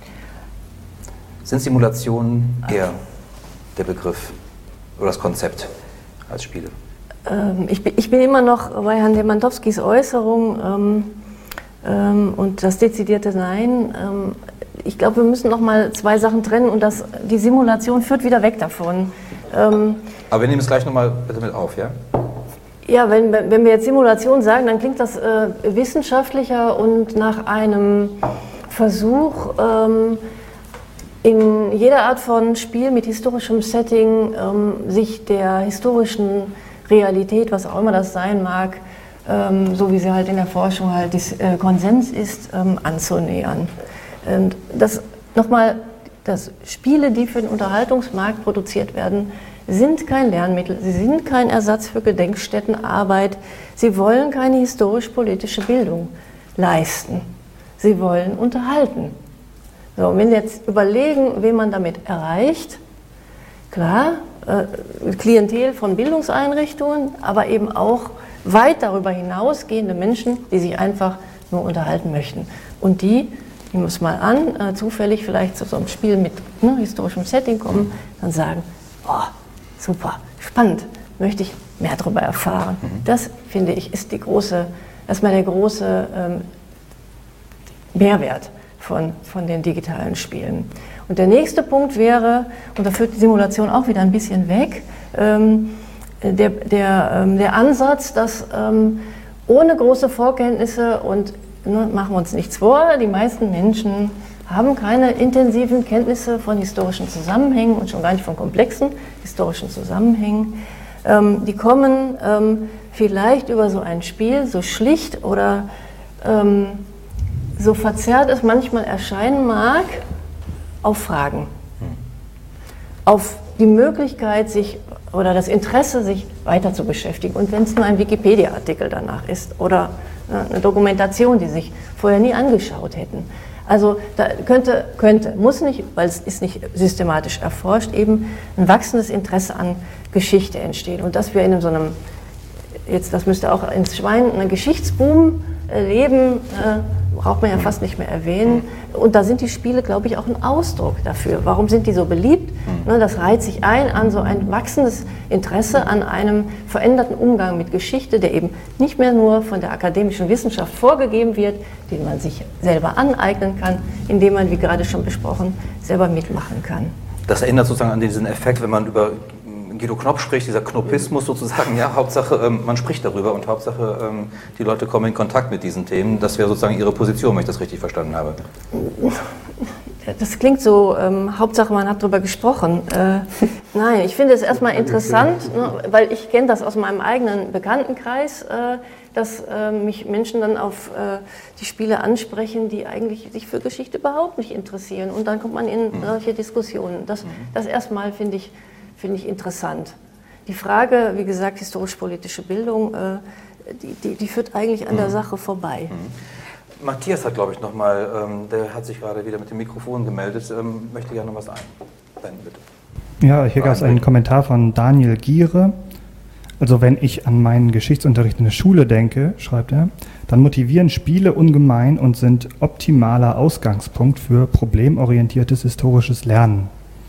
Sind Simulationen eher der Begriff oder das Konzept als Spiele? Ähm, ich, bin, ich bin immer noch bei Herrn Lewandowskis Äußerung ähm, ähm, und das dezidierte Nein. Ähm, ich glaube, wir müssen noch mal zwei Sachen trennen und das, die Simulation führt wieder weg davon. Ähm, Aber wir nehmen es gleich nochmal bitte mit auf, ja? Ja, wenn, wenn wir jetzt Simulation sagen, dann klingt das äh, wissenschaftlicher und nach einem Versuch, ähm, in jeder Art von Spiel mit historischem Setting ähm, sich der historischen Realität, was auch immer das sein mag, ähm, so wie sie halt in der Forschung halt des, äh, Konsens ist, ähm, anzunähern. Und das nochmal, dass Spiele, die für den Unterhaltungsmarkt produziert werden, sind kein Lernmittel, sie sind kein Ersatz für Gedenkstättenarbeit, sie wollen keine historisch-politische Bildung leisten. Sie wollen unterhalten. So, und wenn wir jetzt überlegen, wen man damit erreicht, klar, äh, Klientel von Bildungseinrichtungen, aber eben auch weit darüber hinausgehende Menschen, die sich einfach nur unterhalten möchten. Und die, ich muss mal an, äh, zufällig vielleicht zu so einem Spiel mit ne, historischem Setting kommen, dann sagen, oh, super, spannend, möchte ich mehr darüber erfahren. Das, finde ich, ist die große, erstmal der große ähm, Mehrwert von, von den digitalen Spielen. Und der nächste Punkt wäre, und da führt die Simulation auch wieder ein bisschen weg, ähm, der, der, ähm, der Ansatz, dass ähm, ohne große Vorkenntnisse und ne, machen wir uns nichts vor, die meisten Menschen haben keine intensiven Kenntnisse von historischen Zusammenhängen und schon gar nicht von komplexen historischen Zusammenhängen. Ähm, die kommen ähm, vielleicht über so ein Spiel, so schlicht oder ähm, so verzerrt es manchmal erscheinen mag, auf Fragen, auf die Möglichkeit, sich oder das Interesse, sich weiter zu beschäftigen. Und wenn es nur ein Wikipedia-Artikel danach ist oder eine Dokumentation, die Sie sich vorher nie angeschaut hätten. Also da könnte, könnte, muss nicht, weil es ist nicht systematisch erforscht, eben ein wachsendes Interesse an Geschichte entstehen. Und dass wir in so einem, jetzt das müsste auch ins Schwein, einen Geschichtsboom leben, äh, braucht man ja fast nicht mehr erwähnen. Und da sind die Spiele, glaube ich, auch ein Ausdruck dafür. Warum sind die so beliebt? Ne, das reiht sich ein an so ein wachsendes Interesse an einem veränderten Umgang mit Geschichte, der eben nicht mehr nur von der akademischen Wissenschaft vorgegeben wird, den man sich selber aneignen kann, indem man, wie gerade schon besprochen, selber mitmachen kann. Das erinnert sozusagen an diesen Effekt, wenn man über Guido Knopp spricht, dieser Knoppismus sozusagen, ja, Hauptsache ähm, man spricht darüber und Hauptsache ähm, die Leute kommen in Kontakt mit diesen Themen. Das wäre sozusagen Ihre Position, wenn ich das richtig verstanden habe. Das klingt so, ähm, Hauptsache man hat darüber gesprochen. Äh, nein, ich finde es erstmal interessant, ne, weil ich kenne das aus meinem eigenen Bekanntenkreis, äh, dass äh, mich Menschen dann auf äh, die Spiele ansprechen, die eigentlich sich für Geschichte überhaupt nicht interessieren. Und dann kommt man in solche Diskussionen. Das, das erstmal finde ich Finde ich interessant. Die Frage, wie gesagt, historisch-politische Bildung, äh, die, die, die führt eigentlich an der Sache vorbei. Mhm. Matthias hat, glaube ich, nochmal, ähm, der hat sich gerade wieder mit dem Mikrofon gemeldet, ähm, möchte gerne noch was ein. Ben, bitte. Ja, hier gab es einen Kommentar von Daniel Giere. Also wenn ich an meinen Geschichtsunterricht in der Schule denke, schreibt er, dann motivieren Spiele ungemein und sind optimaler Ausgangspunkt für problemorientiertes historisches Lernen.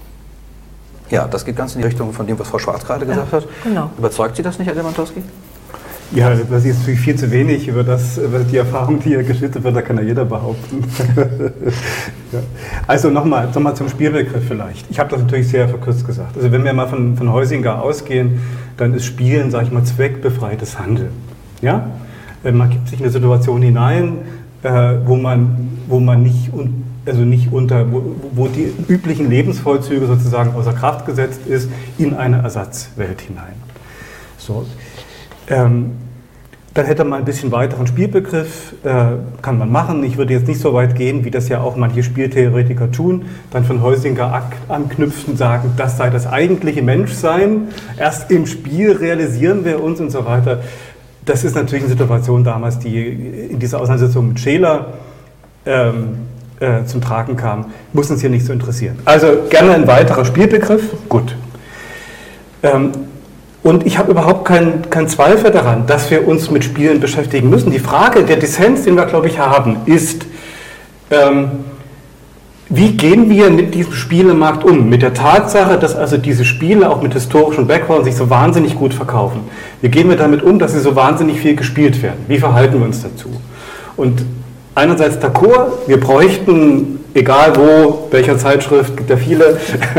Ja, das geht ganz in die Richtung von dem, was Frau Schwarz gerade gesagt ja, hat. Genau. Überzeugt Sie das nicht, Herr Lewandowski? Ja, das ist natürlich viel zu wenig über, das, über die Erfahrung, die hier geschildert wird, da kann ja jeder behaupten. Ja. Also nochmal noch mal zum Spielbegriff vielleicht. Ich habe das natürlich sehr verkürzt gesagt. Also wenn wir mal von, von Heusinger ausgehen, dann ist Spielen, sage ich mal, zweckbefreites Handeln. Ja? Man gibt sich in eine Situation hinein, wo man, wo man nicht... also nicht unter, wo, wo die üblichen Lebensvollzüge sozusagen außer Kraft gesetzt ist, in eine Ersatzwelt hinein. So. Ähm, dann hätte man ein bisschen weiteren Spielbegriff, äh, kann man machen. Ich würde jetzt nicht so weit gehen, wie das ja auch manche Spieltheoretiker tun, dann von Heusinger anknüpfen, sagen, das sei das eigentliche Menschsein, erst im Spiel realisieren wir uns und so weiter. Das ist natürlich eine Situation damals, die in dieser Auseinandersetzung mit Scheler ähm, Äh, zum Tragen kam, muss uns hier nicht so interessieren. Also gerne ein weiterer Spielbegriff, gut. Ähm, und ich habe überhaupt keinen kein Zweifel daran, dass wir uns mit Spielen beschäftigen müssen. Die Frage, der Dissens, den wir, glaube ich, haben, ist, ähm, wie gehen wir mit diesem Spielemarkt um? Mit der Tatsache, dass also diese Spiele auch mit historischem Background sich so wahnsinnig gut verkaufen. Wie gehen wir damit um, dass sie so wahnsinnig viel gespielt werden? Wie verhalten wir uns dazu? Und einerseits d'accord, wir bräuchten, egal wo, welcher Zeitschrift, gibt ja viele,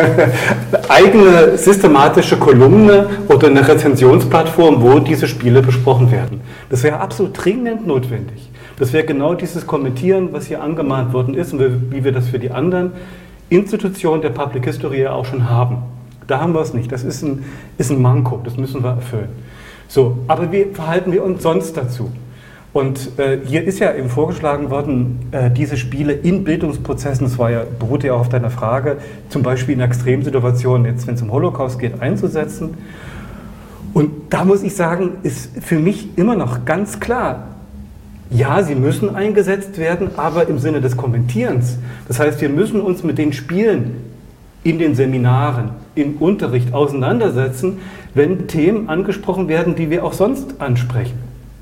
eigene systematische Kolumne oder eine Rezensionsplattform, wo diese Spiele besprochen werden. Das wäre absolut dringend notwendig. Das wäre genau dieses Kommentieren, was hier angemahnt worden ist und wie wir das für die anderen Institutionen der Public History ja auch schon haben. Da haben wir es nicht. Das ist ein, ist ein Manko, das müssen wir erfüllen. So, aber wie verhalten wir uns sonst dazu? Und äh, hier ist ja eben vorgeschlagen worden, äh, diese Spiele in Bildungsprozessen, das war ja, beruht ja auch auf deiner Frage, zum Beispiel in Extremsituationen, jetzt wenn es um Holocaust geht, einzusetzen. Und da muss ich sagen, ist für mich immer noch ganz klar, Ja, sie müssen eingesetzt werden, aber im Sinne des Kommentierens. Das heißt, wir müssen uns mit den Spielen in den Seminaren, im Unterricht auseinandersetzen, wenn Themen angesprochen werden, die wir auch sonst ansprechen.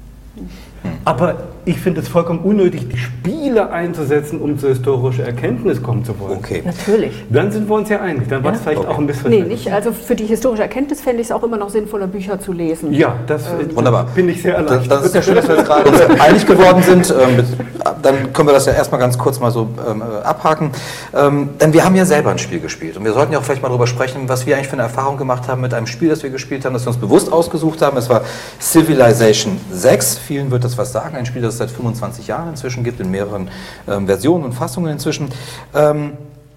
Aber ich finde es vollkommen unnötig, die Spiele einzusetzen, um zur historischen Erkenntnis kommen zu wollen. Okay. Natürlich. Dann sind wir uns ja einig. Dann war es Ja? vielleicht Okay. auch ein Nee, Missverständnis. nicht. Also für die historische Erkenntnis fände ich es auch immer noch sinnvoller, Bücher zu lesen. Ja, das äh, Wunderbar. bin ich sehr Das, erleichtert. das ist ja schön, dass wir jetzt gerade uns einig geworden sind. Ähm, mit, dann können wir das ja erstmal ganz kurz mal so ähm, abhaken. Ähm, denn wir haben ja selber ein Spiel gespielt. Und wir sollten ja auch vielleicht mal darüber sprechen, was wir eigentlich für eine Erfahrung gemacht haben mit einem Spiel, das wir gespielt haben, das wir uns bewusst ausgesucht haben. Es war Civilization sechs. Vielen wird das was sagen. Ein Spiel, das es seit fünfundzwanzig Jahren inzwischen gibt, in mehreren ähm, Versionen und Fassungen inzwischen. Ähm,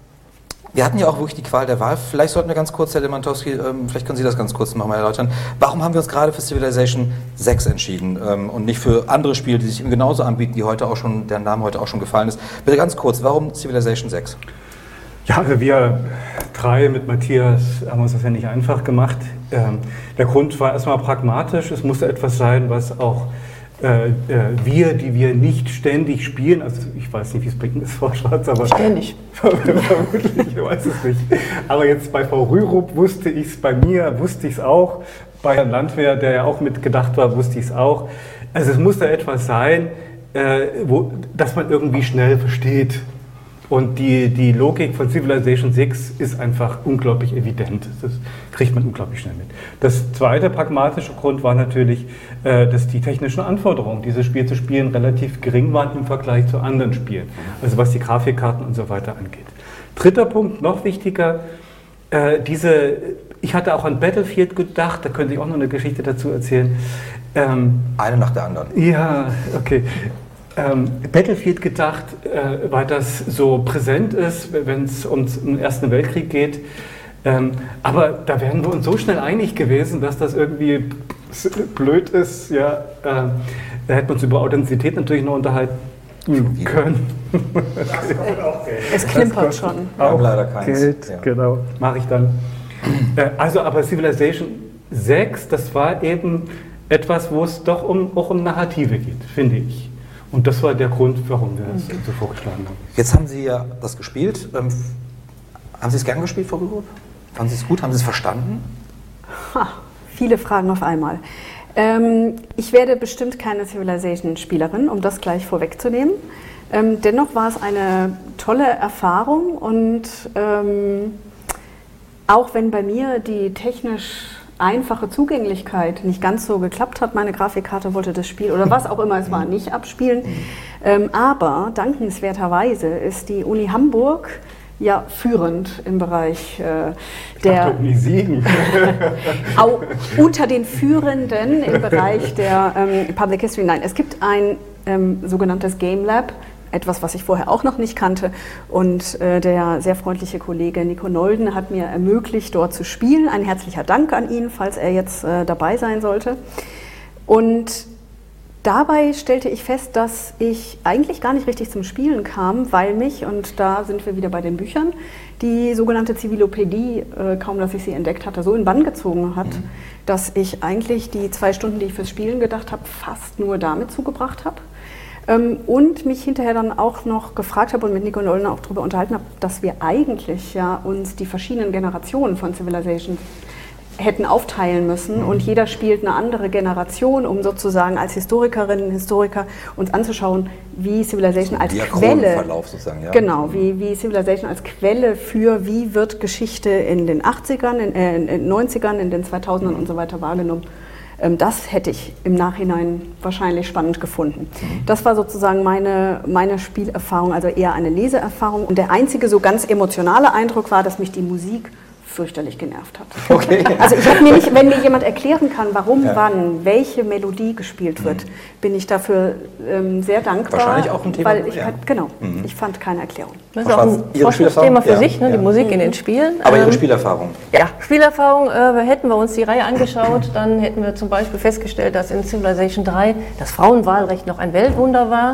Wir hatten ja auch wirklich die Qual der Wahl. Vielleicht sollten wir ganz kurz, Herr Demantowski, ähm, vielleicht können Sie das ganz kurz nochmal erläutern. Warum haben wir uns gerade für Civilization sechs entschieden ähm, und nicht für andere Spiele, die sich eben genauso anbieten, die heute auch schon, deren Name heute auch schon gefallen ist? Bitte ganz kurz, warum Civilization sechs? Ja, also wir drei mit Matthias haben uns das ja nicht einfach gemacht. Ähm, der Grund war erstmal pragmatisch. Es musste etwas sein, was auch äh, äh, wir, die wir nicht ständig spielen, also ich weiß nicht, wie es bei Ihnen ist, Frau Schwarz, aber Ständig. vermutlich, ich weiß es nicht. Aber jetzt bei Frau Rürup wusste ich es, bei mir wusste ich es auch, bei Herrn Landwehr, der ja auch mitgedacht war, wusste ich es auch. Also es musste etwas sein, äh, wo, das man irgendwie schnell versteht. Und die, die Logik von Civilization sechs ist einfach unglaublich evident. Das kriegt man unglaublich schnell mit. Das zweite pragmatische Grund war natürlich, äh, dass die technischen Anforderungen, dieses Spiel zu spielen, relativ gering waren im Vergleich zu anderen Spielen. Also was die Grafikkarten und so weiter angeht. Dritter Punkt, noch wichtiger, äh, diese, ich hatte auch an Battlefield gedacht, da könnte ich auch noch eine Geschichte dazu erzählen. Ähm, Eine nach der anderen. ja, okay. Ähm, Battlefield gedacht, äh, weil das so präsent ist, wenn es um den Ersten Weltkrieg geht. Ähm, aber da wären wir uns so schnell einig gewesen, dass das irgendwie blöd ist. Ja, äh, da hätten wir uns über Authentizität natürlich noch unterhalten können. Es klimpert schon. Wir haben Auch leider keins. Geld, Ja. genau, mache ich dann. Äh, also, aber Civilization sechs, das war eben etwas, wo es doch um, auch um Narrative geht, finde ich. Und das war der Grund, warum wir das so vorgeschlagen haben. Jetzt haben Sie ja das gespielt. Ähm, haben Sie es gern gespielt, Frau Rürup? Fanden Sie es gut? Haben Sie es verstanden? Ha, viele Fragen auf einmal. Ähm, ich werde bestimmt keine Civilization-Spielerin, um das gleich vorwegzunehmen. Ähm, dennoch war es eine tolle Erfahrung und ähm, auch wenn bei mir die technisch einfache Zugänglichkeit nicht ganz so geklappt hat, meine Grafikkarte wollte das Spiel oder was auch immer es war, nicht abspielen. Ähm, aber dankenswerterweise ist die Uni Hamburg ja führend im Bereich äh, der Uni Siegen. Auch unter den Führenden im Bereich der ähm, Public History. Nein, es gibt ein ähm, sogenanntes Game Lab, etwas, was ich vorher auch noch nicht kannte. Und äh, der sehr freundliche Kollege Nico Nolden hat mir ermöglicht, dort zu spielen. Ein herzlicher Dank an ihn, falls er jetzt äh, dabei sein sollte. Und dabei stellte ich fest, dass ich eigentlich gar nicht richtig zum Spielen kam, weil mich, und da sind wir wieder bei den Büchern, die sogenannte Zivilopädie, äh, kaum dass ich sie entdeckt hatte, so in Bann gezogen hat, mhm. dass ich eigentlich die zwei Stunden, die ich fürs Spielen gedacht habe, fast nur damit zugebracht habe. Ähm, und mich hinterher dann auch noch gefragt habe und mit Nico Nolden auch darüber unterhalten habe, dass wir eigentlich ja uns die verschiedenen Generationen von Civilization hätten aufteilen müssen und jeder spielt eine andere Generation, um sozusagen als Historikerinnen und Historiker uns anzuschauen, wie Civilization als Quelle, sozusagen, ja. genau, wie, wie Civilization als Quelle für, wie wird Geschichte in den achtzigern, in, äh, in den neunzigern, in den zweitausendern und so weiter wahrgenommen. Ähm, das hätte ich im Nachhinein wahrscheinlich spannend gefunden. Das war sozusagen meine, meine Spielerfahrung, also eher eine Leseerfahrung. Und der einzige so ganz emotionale Eindruck war, dass mich die Musik fürchterlich genervt hat. Okay. Also ich habe mir nicht, wenn mir jemand erklären kann, warum, Ja. wann, welche Melodie gespielt wird, mhm. bin ich dafür ähm, sehr dankbar. Wahrscheinlich auch ein Thema, Weil ich, ja. halt, genau, Mhm. ich fand keine Erklärung. Das ist auch ein Ihre Forschungsthema für Spielerfahrung? sich, ne, Ja, die ja. Musik in den Spielen. Aber Ihre Ähm, Spielerfahrung? Ja, Spielerfahrung, äh, hätten wir uns die Reihe angeschaut, dann hätten wir zum Beispiel festgestellt, dass in Civilization drei das Frauenwahlrecht noch ein Weltwunder war.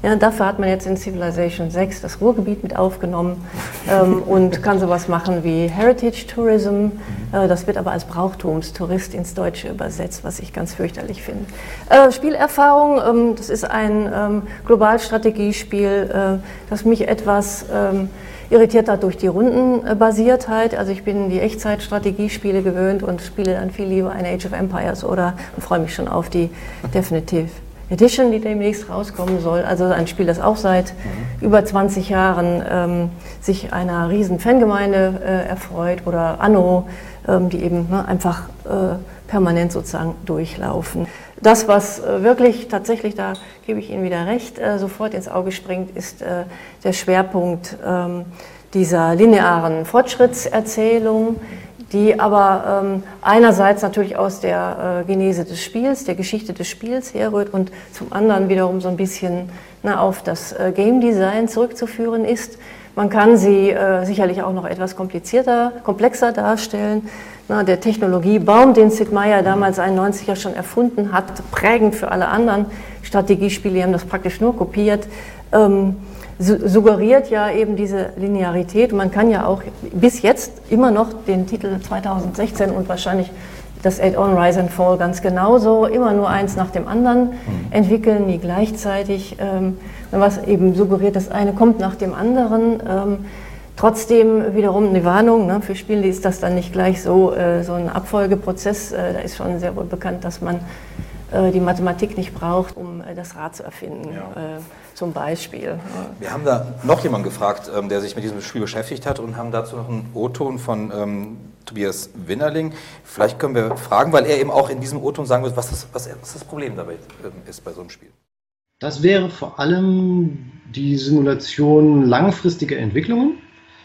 Ja, dafür hat man jetzt in Civilization sechs das Ruhrgebiet mit aufgenommen ähm, und kann sowas machen wie Heritage Tourism. Äh, das wird aber als Brauchtumstourist ins Deutsche übersetzt, was ich ganz fürchterlich finde. Äh, Spielerfahrung, ähm, das ist ein ähm, Globalstrategiespiel, äh, das mich etwas ähm, irritiert hat durch die Rundenbasiertheit. Also ich bin die Echtzeitstrategiespiele gewöhnt und spiele dann viel lieber ein Age of Empires oder und freue mich schon auf die Definitive Edition, die demnächst rauskommen soll. Also ein Spiel, das auch seit mhm. über zwanzig Jahren ähm, sich einer riesen Fangemeinde äh, erfreut, oder Anno, ähm, die eben ne, einfach äh, permanent sozusagen durchlaufen. Das, was äh, wirklich tatsächlich, da gebe ich Ihnen wieder recht, äh, sofort ins Auge springt, ist äh, der Schwerpunkt ähm, dieser linearen Fortschrittserzählung, die aber ähm, einerseits natürlich aus der äh, Genese des Spiels, der Geschichte des Spiels herrührt und zum anderen wiederum so ein bisschen na, auf das äh, Game Design zurückzuführen ist. Man kann sie äh, sicherlich auch noch etwas komplizierter, komplexer darstellen. Na, der Technologiebaum, den Sid Meier damals einundneunzig ja schon erfunden hat, prägend für alle anderen Strategiespiele, die haben das praktisch nur kopiert, ähm, suggeriert ja eben diese Linearität. Man kann ja auch bis jetzt immer noch den Titel zweitausendsechzehn und wahrscheinlich das Add-on Rise and Fall ganz genauso, immer nur eins nach dem anderen mhm. entwickeln, nie gleichzeitig. Ähm, was eben suggeriert, das eine kommt nach dem anderen. Ähm, trotzdem wiederum eine Warnung, ne, für Spiele ist das dann nicht gleich so, äh, so ein Abfolgeprozess. Äh, da ist schon sehr wohl bekannt, dass man äh, die Mathematik nicht braucht, um äh, das Rad zu erfinden. Ja. Äh, Zum Beispiel. Wir haben da noch jemanden gefragt, ähm, der sich mit diesem Spiel beschäftigt hat, und haben dazu noch einen O-Ton von ähm, Tobias Winnerling. Vielleicht können wir fragen, weil er eben auch in diesem O-Ton sagen wird, was das, was, was das Problem dabei ähm, ist bei so einem Spiel. Das wäre vor allem die Simulation langfristiger Entwicklungen.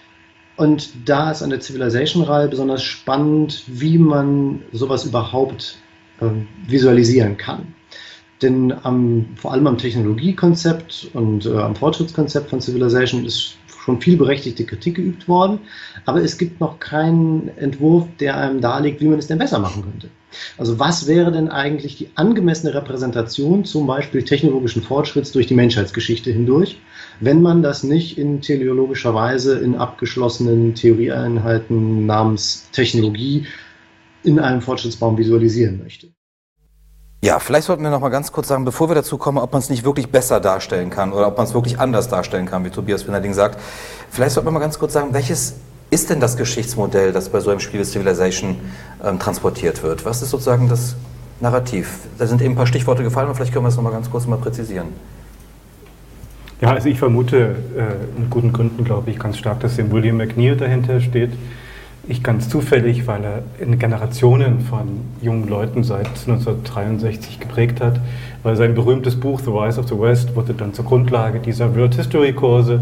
Und da ist an der Civilization-Reihe besonders spannend, wie man sowas überhaupt ähm, visualisieren kann. Denn am, vor allem am Technologiekonzept und äh, am Fortschrittskonzept von Civilization ist schon viel berechtigte Kritik geübt worden, aber es gibt noch keinen Entwurf, der einem darlegt, wie man es denn besser machen könnte. Also was wäre denn eigentlich die angemessene Repräsentation zum Beispiel technologischen Fortschritts durch die Menschheitsgeschichte hindurch, wenn man das nicht in teleologischer Weise in abgeschlossenen Theorieeinheiten namens Technologie in einem Fortschrittsbaum visualisieren möchte? Ja, vielleicht sollten wir noch mal ganz kurz sagen, bevor wir dazu kommen, ob man es nicht wirklich besser darstellen kann oder ob man es wirklich anders darstellen kann, wie Tobias Winnerling sagt. Vielleicht sollten wir mal ganz kurz sagen, welches ist denn das Geschichtsmodell, das bei so einem Spiel wie Civilization ähm, transportiert wird? Was ist sozusagen das Narrativ? Da sind eben ein paar Stichworte gefallen, aber vielleicht können wir es noch mal ganz kurz mal präzisieren. Ja, also ich vermute, äh, mit guten Gründen glaube ich ganz stark, dass der William McNeil dahinter steht. Ich ganz zufällig, weil er in Generationen von jungen Leuten seit neunzehnhundertdreiundsechzig geprägt hat, weil sein berühmtes Buch The Rise of the West wurde dann zur Grundlage dieser World History Kurse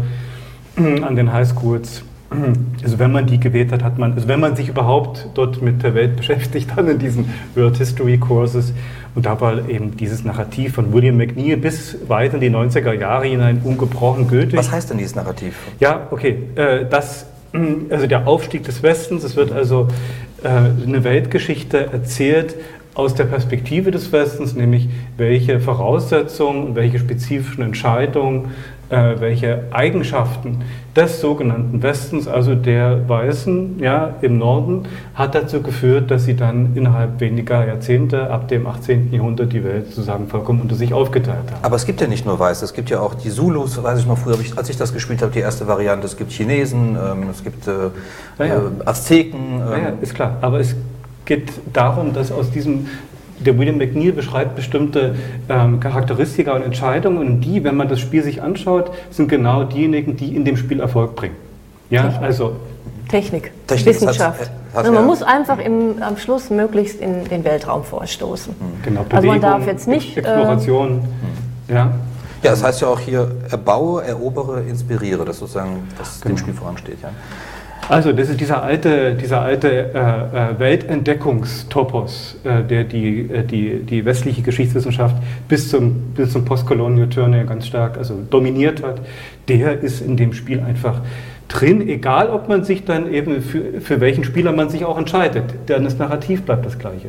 an den Highschools. Also wenn man die gewählt hat, hat man, also wenn man sich überhaupt dort mit der Welt beschäftigt, dann in diesen World History Courses. Und da war eben dieses Narrativ von William McNeil bis weit in die neunziger Jahre hinein ungebrochen gültig. Was heißt denn dieses Narrativ? Ja, okay, äh, das also der Aufstieg des Westens, es wird also äh, eine Weltgeschichte erzählt aus der Perspektive des Westens, nämlich welche Voraussetzungen und welche spezifischen Entscheidungen, äh, welche Eigenschaften des sogenannten Westens, also der Weißen ja, im Norden, hat dazu geführt, dass sie dann innerhalb weniger Jahrzehnte ab dem achtzehnten Jahrhundert die Welt sozusagen vollkommen unter sich aufgeteilt haben. Aber es gibt ja nicht nur Weiße, es gibt ja auch die Zulus, weiß ich noch früher, als ich das gespielt habe, die erste Variante, es gibt Chinesen, ähm, es gibt äh, ja, ja. Äh, Azteken. Ähm. Ja, ja, ist klar, aber es geht darum, dass aus diesem, der William McNeil beschreibt bestimmte ähm, Charakteristika und Entscheidungen, und die, wenn man das Spiel sich anschaut, sind genau diejenigen, die in dem Spiel Erfolg bringen. Ja, Technik. also Technik, Technik Wissenschaft. Hat, hat, also man ja. muss einfach im, am Schluss möglichst in den Weltraum vorstoßen. Genau, Bewegung, also man darf jetzt nicht Exploration. Äh, ja. Ja, das heißt ja auch hier, erbaue, erobere, inspiriere, das sozusagen das genau. dem Spiel voransteht. Ja. Also das ist dieser alte, dieser alte äh, Weltentdeckungstopos, äh, der die, äh, die, die westliche Geschichtswissenschaft bis zum, bis zum Postcolonial Turn ganz stark also dominiert hat, der ist in dem Spiel einfach drin, egal ob man sich dann eben für, für welchen Spieler man sich auch entscheidet. Denn das Narrativ bleibt das gleiche.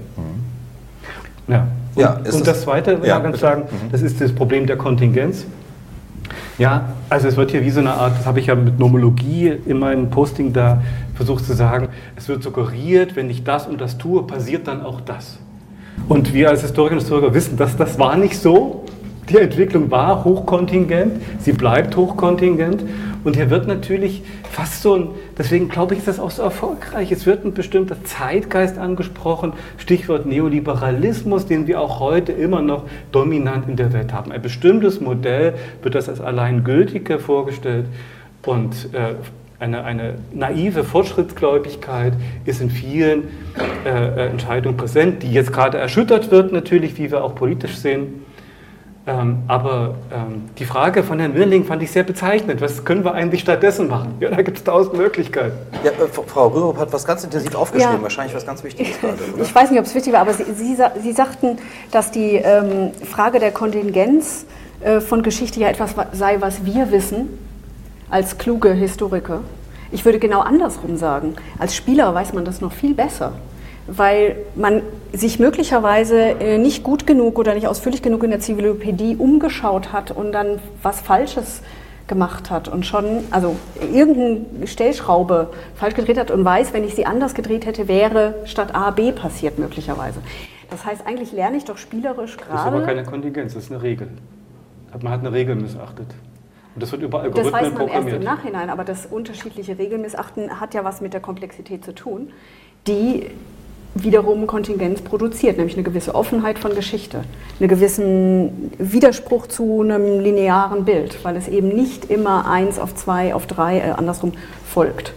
Mhm. Ja. Und, ja, und das, das Zweite, will ja, ich ganz bitte. sagen, mhm. das ist das Problem der Kontingenz. Ja, also es wird hier wie so eine Art, das habe ich ja mit Nomologie in meinem Posting da versucht zu sagen, es wird suggeriert, wenn ich das und das tue, passiert dann auch das. Und wir als Historiker und Historiker wissen, dass das war nicht so. Die Entwicklung war hochkontingent, sie bleibt hochkontingent und hier wird natürlich fast so ein, deswegen glaube ich, ist das auch so erfolgreich, es wird ein bestimmter Zeitgeist angesprochen, Stichwort Neoliberalismus, den wir auch heute immer noch dominant in der Welt haben. Ein bestimmtes Modell wird das als alleingültig vorgestellt und äh, Eine, eine naive Fortschrittsgläubigkeit ist in vielen äh, Entscheidungen präsent, die jetzt gerade erschüttert wird natürlich, wie wir auch politisch sehen. Ähm, aber ähm, die Frage von Herrn Wirling fand ich sehr bezeichnend. Was können wir eigentlich stattdessen machen? Ja, da gibt es tausend Möglichkeiten. Ja, äh, Frau Rürup hat was ganz intensiv aufgeschrieben, ja. Wahrscheinlich was ganz Wichtiges gerade, oder? Ich weiß nicht, ob es wichtig war, aber Sie, Sie, Sie sagten, dass die ähm, Frage der Kontingenz äh, von Geschichte ja etwas sei, was wir wissen, als kluge Historiker. Ich würde genau andersrum sagen. Als Spieler weiß man das noch viel besser, weil man sich möglicherweise nicht gut genug oder nicht ausführlich genug in der Zivilopädie umgeschaut hat und dann was Falsches gemacht hat und schon, also irgendeine Stellschraube falsch gedreht hat und weiß, wenn ich sie anders gedreht hätte, wäre statt A B passiert möglicherweise. Das heißt, eigentlich lerne ich doch spielerisch gerade... Das ist aber keine Kontingenz, das ist eine Regel. Man hat eine Regel missachtet. Und das wird über Algorithmen programmiert. Das weiß man programmiert. erst im Nachhinein, aber das unterschiedliche Regelmissachten hat ja was mit der Komplexität zu tun, die wiederum Kontingenz produziert, nämlich eine gewisse Offenheit von Geschichte, einen gewissen Widerspruch zu einem linearen Bild, weil es eben nicht immer eins auf zwei auf drei äh, andersrum folgt.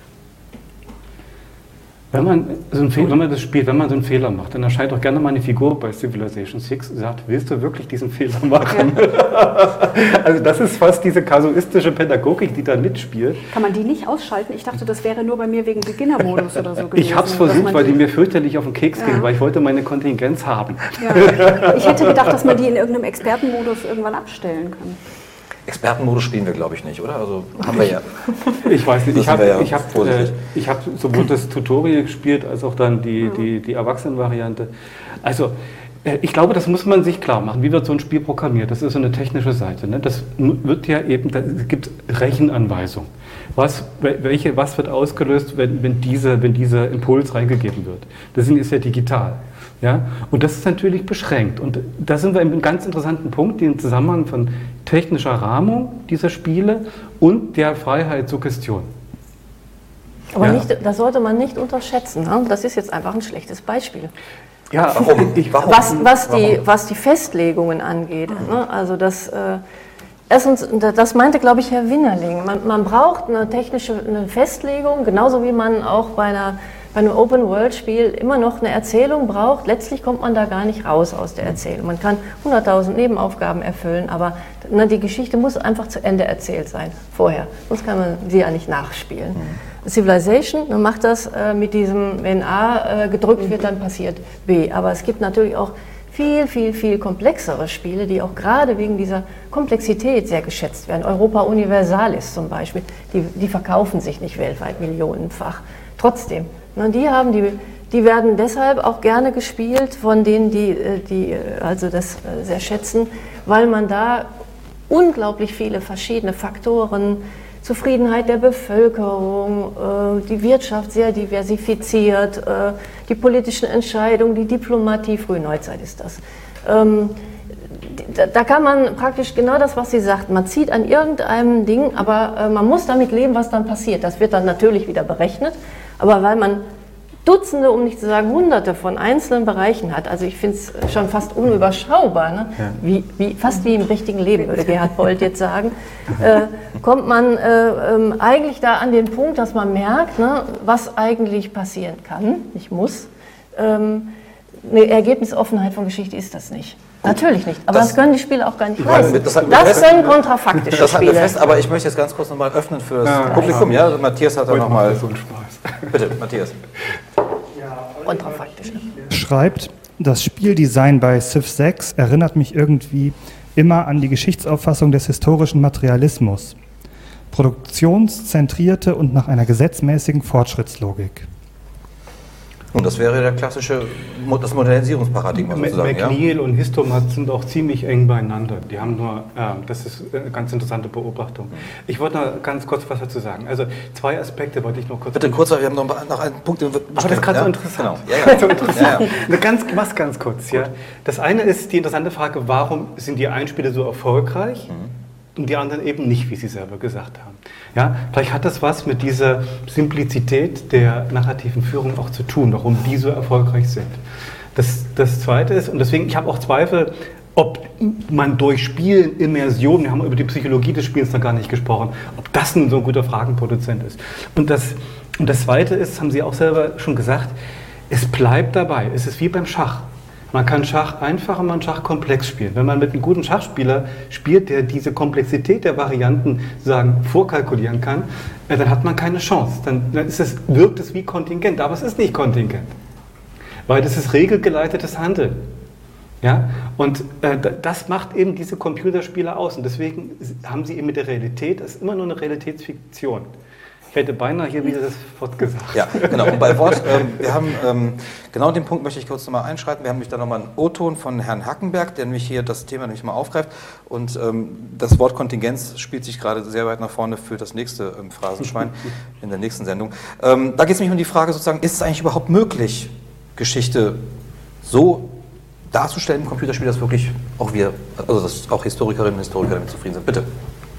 Wenn man, so ein wenn man das spielt, wenn man so einen Fehler macht, dann erscheint doch gerne mal eine Figur bei Civilization sechs und sagt, willst du wirklich diesen Fehler machen? Ja. Also das ist fast diese kasuistische Pädagogik, die da mitspielt. Kann man die nicht ausschalten? Ich dachte, das wäre nur bei mir wegen Beginnermodus oder so gewesen. Ich habe es versucht, weil die mir fürchterlich auf den Keks ja. ging, weil ich wollte meine Kontingenz haben. Ja. Ich hätte gedacht, dass man die in irgendeinem Expertenmodus irgendwann abstellen kann. Expertenmodus spielen wir, glaube ich, nicht, oder? Also haben wir ja. Ich weiß nicht, ich habe ja ich hab, äh, hab sowohl das Tutorial gespielt, als auch dann die, die, die Erwachsenenvariante. Also, äh, ich glaube, das muss man sich klar machen. Wie wird so ein Spiel programmiert? Das ist so eine technische Seite. Ne? Das wird ja eben, da gibt Rechenanweisungen. Was, welche, was wird ausgelöst, wenn, wenn, diese, wenn dieser Impuls reingegeben wird? Das ist ja digital. Ja? Und das ist natürlich beschränkt. Und da sind wir in einem ganz interessanten Punkt, den Zusammenhang von technischer Rahmung dieser Spiele und der Freiheit Suggestion. Aber ja. nicht, das sollte man nicht unterschätzen. Ne? Das ist jetzt einfach ein schlechtes Beispiel. Ja, warum? Ich, warum? Was, was, die, warum? was die Festlegungen angeht. Mhm. Ne? Also das, äh, erstens, das meinte, glaube ich, Herr Winnerling. Man, man braucht eine technische eine Festlegung, genauso wie man auch bei einer bei einem Open-World-Spiel immer noch eine Erzählung braucht. Letztlich kommt man da gar nicht raus aus der Erzählung. Man kann hunderttausend Nebenaufgaben erfüllen, aber na, die Geschichte muss einfach zu Ende erzählt sein, vorher. Sonst kann man sie ja nicht nachspielen. Mhm. Civilization macht das äh, mit diesem, wenn A äh, gedrückt wird, dann passiert B. Aber es gibt natürlich auch viel, viel, viel komplexere Spiele, die auch gerade wegen dieser Komplexität sehr geschätzt werden. Europa Universalis zum Beispiel, die, die verkaufen sich nicht weltweit millionenfach. Trotzdem, ne, die, haben die, die werden deshalb auch gerne gespielt von denen, die, die also das sehr schätzen, weil man da unglaublich viele verschiedene Faktoren, Zufriedenheit der Bevölkerung, die Wirtschaft sehr diversifiziert, die politischen Entscheidungen, die Diplomatie, frühe Neuzeit ist das. Da kann man praktisch genau das, was Sie sagten, man zieht an irgendeinem Ding, aber man muss damit leben, was dann passiert. Das wird dann natürlich wieder berechnet, aber weil man Dutzende, um nicht zu sagen Hunderte von einzelnen Bereichen hat, also ich finde es schon fast unüberschaubar, ne? Ja. wie, wie, fast wie im richtigen Leben, würde Gerhard Polt jetzt sagen, äh, kommt man äh, äh, eigentlich da an den Punkt, dass man merkt, ne, was eigentlich passieren kann, nicht muss. Ähm, eine Ergebnisoffenheit von Geschichte ist das nicht. Natürlich nicht, aber das, das können die Spiele auch gar nicht leisten. Das, das, das sind kontrafaktische das Spiele. Fest, aber ich möchte jetzt ganz kurz nochmal öffnen für das ja, Publikum. Ja, Matthias hat da nochmal... So einen Spaß. Bitte, Matthias. Kontrafaktisch. Schreibt, das Spieldesign bei Civ sechs erinnert mich irgendwie immer an die Geschichtsauffassung des historischen Materialismus. Produktionszentrierte und nach einer gesetzmäßigen Fortschrittslogik. Und das wäre der klassische, das Modernisierungsparadigma sozusagen. McNeil ja? und Histomat sind auch ziemlich eng beieinander. Die haben nur, äh, das ist eine ganz interessante Beobachtung. Ich wollte noch ganz kurz was dazu sagen. Also zwei Aspekte wollte ich noch kurz... Bitte kurz, wir haben noch, noch einen Punkt, den wir Aber das ist gerade ja? so interessant. Genau. Ja, ja. so interessant. Ja, ja. Ganz, was ganz kurz. Ja. Das eine ist die interessante Frage, warum sind die einen Spiele so erfolgreich? Mhm. Und die anderen eben nicht, wie Sie selber gesagt haben. Ja, vielleicht hat das was mit dieser Simplizität der narrativen Führung auch zu tun, warum die so erfolgreich sind. Das, das Zweite ist, und deswegen, ich habe auch Zweifel, ob man durch Spielen, Immersion, wir haben über die Psychologie des Spiels noch gar nicht gesprochen, ob das ein so guter Fragenproduzent ist. Und das, und das Zweite ist, haben Sie auch selber schon gesagt, es bleibt dabei, es ist wie beim Schach. Man kann Schach einfach und man Schach komplex spielen. Wenn man mit einem guten Schachspieler spielt, der diese Komplexität der Varianten sagen, vorkalkulieren kann, dann hat man keine Chance. Dann, dann ist es, wirkt es wie Kontingent, aber es ist nicht Kontingent. Weil das ist regelgeleitetes Handeln. Ja? Und äh, das macht eben diese Computerspiele aus. Und deswegen haben sie eben mit der Realität, das ist immer nur eine Realitätsfiktion. Ich hätte beinahe hier wieder das Wort gesagt. Ja, genau. Und bei Wort, ähm, wir haben, ähm, genau den Punkt möchte ich kurz nochmal einschreiten. Wir haben nämlich da nochmal einen O-Ton von Herrn Hackenberg, der nämlich hier das Thema nämlich mal aufgreift. Und ähm, das Wort Kontingenz spielt sich gerade sehr weit nach vorne für das nächste ähm, Phrasenschwein in der nächsten Sendung. Ähm, da geht es nämlich um die Frage sozusagen, ist es eigentlich überhaupt möglich, Geschichte so darzustellen im Computerspiel, dass wirklich auch wir, also dass auch Historikerinnen und Historiker damit zufrieden sind? Bitte.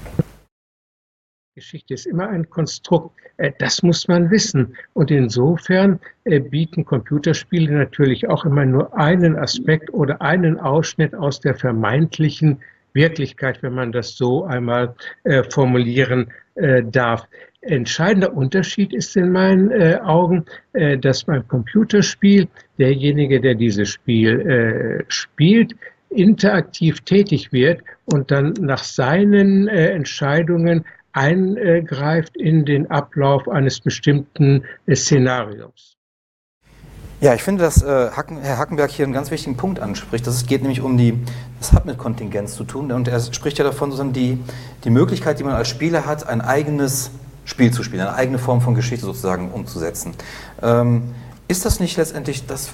Geschichte ist immer ein Konstrukt, das muss man wissen. Und insofern bieten Computerspiele natürlich auch immer nur einen Aspekt oder einen Ausschnitt aus der vermeintlichen Wirklichkeit, wenn man das so einmal formulieren darf. Entscheidender Unterschied ist in meinen Augen, dass beim Computerspiel derjenige, der dieses Spiel spielt, interaktiv tätig wird und dann nach seinen Entscheidungen eingreift in den Ablauf eines bestimmten äh, Szenarios. Ja, ich finde, dass äh, Hacken, Herr Hackenberg hier einen ganz wichtigen Punkt anspricht. Das geht nämlich um die, das hat mit Kontingenz zu tun. Und er spricht ja davon, sozusagen die, die Möglichkeit, die man als Spieler hat, ein eigenes Spiel zu spielen, eine eigene Form von Geschichte sozusagen umzusetzen. Ähm, ist das nicht letztendlich das,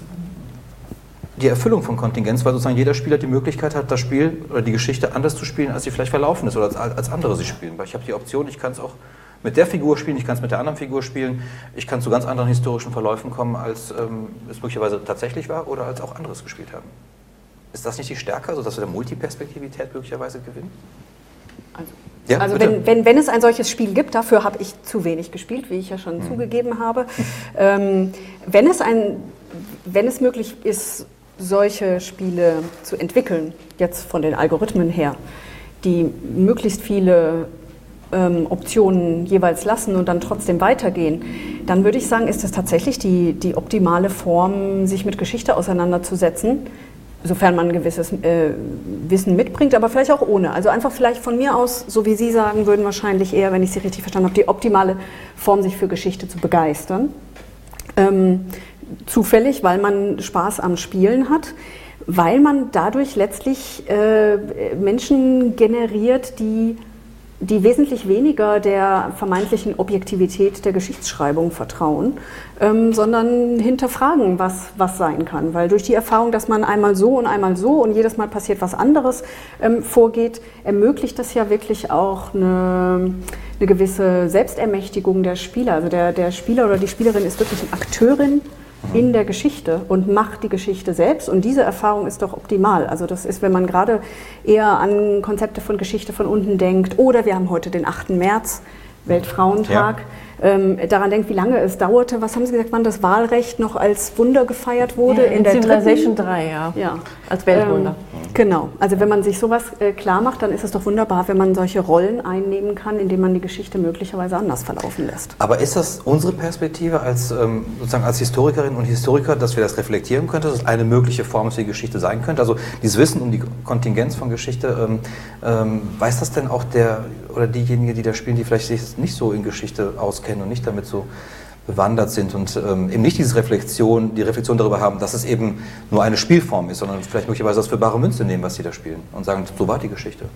die Erfüllung von Kontingenz, weil sozusagen jeder Spieler die Möglichkeit hat, das Spiel oder die Geschichte anders zu spielen, als sie vielleicht verlaufen ist oder als, als andere sie spielen. Weil ich habe die Option, ich kann es auch mit der Figur spielen, ich kann es mit der anderen Figur spielen, ich kann zu ganz anderen historischen Verläufen kommen, als ähm, es möglicherweise tatsächlich war oder als auch anderes gespielt haben. Ist das nicht die Stärke, also dass wir der Multiperspektivität möglicherweise gewinnen? Also, ja, also wenn, wenn, wenn es ein solches Spiel gibt, dafür habe ich zu wenig gespielt, wie ich ja schon hm. zugegeben habe. Ähm, wenn es ein, wenn es möglich ist, solche Spiele zu entwickeln, jetzt von den Algorithmen her, die möglichst viele ähm, Optionen jeweils lassen und dann trotzdem weitergehen, dann würde ich sagen, ist das tatsächlich die, die optimale Form, sich mit Geschichte auseinanderzusetzen, sofern man ein gewisses äh, Wissen mitbringt, aber vielleicht auch ohne. Also einfach vielleicht von mir aus, so wie Sie sagen würden, wahrscheinlich eher, wenn ich Sie richtig verstanden habe, die optimale Form, sich für Geschichte zu begeistern. Ähm, Zufällig, weil man Spaß am Spielen hat, weil man dadurch letztlich äh, Menschen generiert, die, die wesentlich weniger der vermeintlichen Objektivität der Geschichtsschreibung vertrauen, ähm, sondern hinterfragen, was, was sein kann. Weil durch die Erfahrung, dass man einmal so und einmal so und jedes Mal passiert was anderes ähm, vorgeht, ermöglicht das ja wirklich auch eine, eine gewisse Selbstermächtigung der Spieler. Also der, der Spieler oder die Spielerin ist wirklich eine Akteurin in der Geschichte und macht die Geschichte selbst, und diese Erfahrung ist doch optimal. Also das ist, wenn man gerade eher an Konzepte von Geschichte von unten denkt, oder wir haben heute den achten März, Weltfrauentag, ja. ähm, daran denkt, wie lange es dauerte, was haben Sie gesagt, wann das Wahlrecht noch als Wunder gefeiert wurde? Ja, in, in der Civilization dritten? drei, ja. ja, als Weltwunder. Ähm, genau, also wenn man sich sowas äh, klar macht, dann ist es doch wunderbar, wenn man solche Rollen einnehmen kann, indem man die Geschichte möglicherweise anders verlaufen lässt. Aber ist das unsere Perspektive als, ähm, sozusagen als Historikerinnen und Historiker, dass wir das reflektieren können, dass es eine mögliche Form für die Geschichte sein könnte? Also dieses Wissen um die Kontingenz von Geschichte, ähm, ähm, weiß das denn auch der oder diejenigen, die da spielen, die vielleicht sich nicht so in Geschichte auskennen und nicht damit so bewandert sind und ähm, eben nicht diese Reflexion, die Reflexion darüber haben, dass es eben nur eine Spielform ist, sondern vielleicht möglicherweise das für bare Münze nehmen, was sie da spielen und sagen, so war die Geschichte.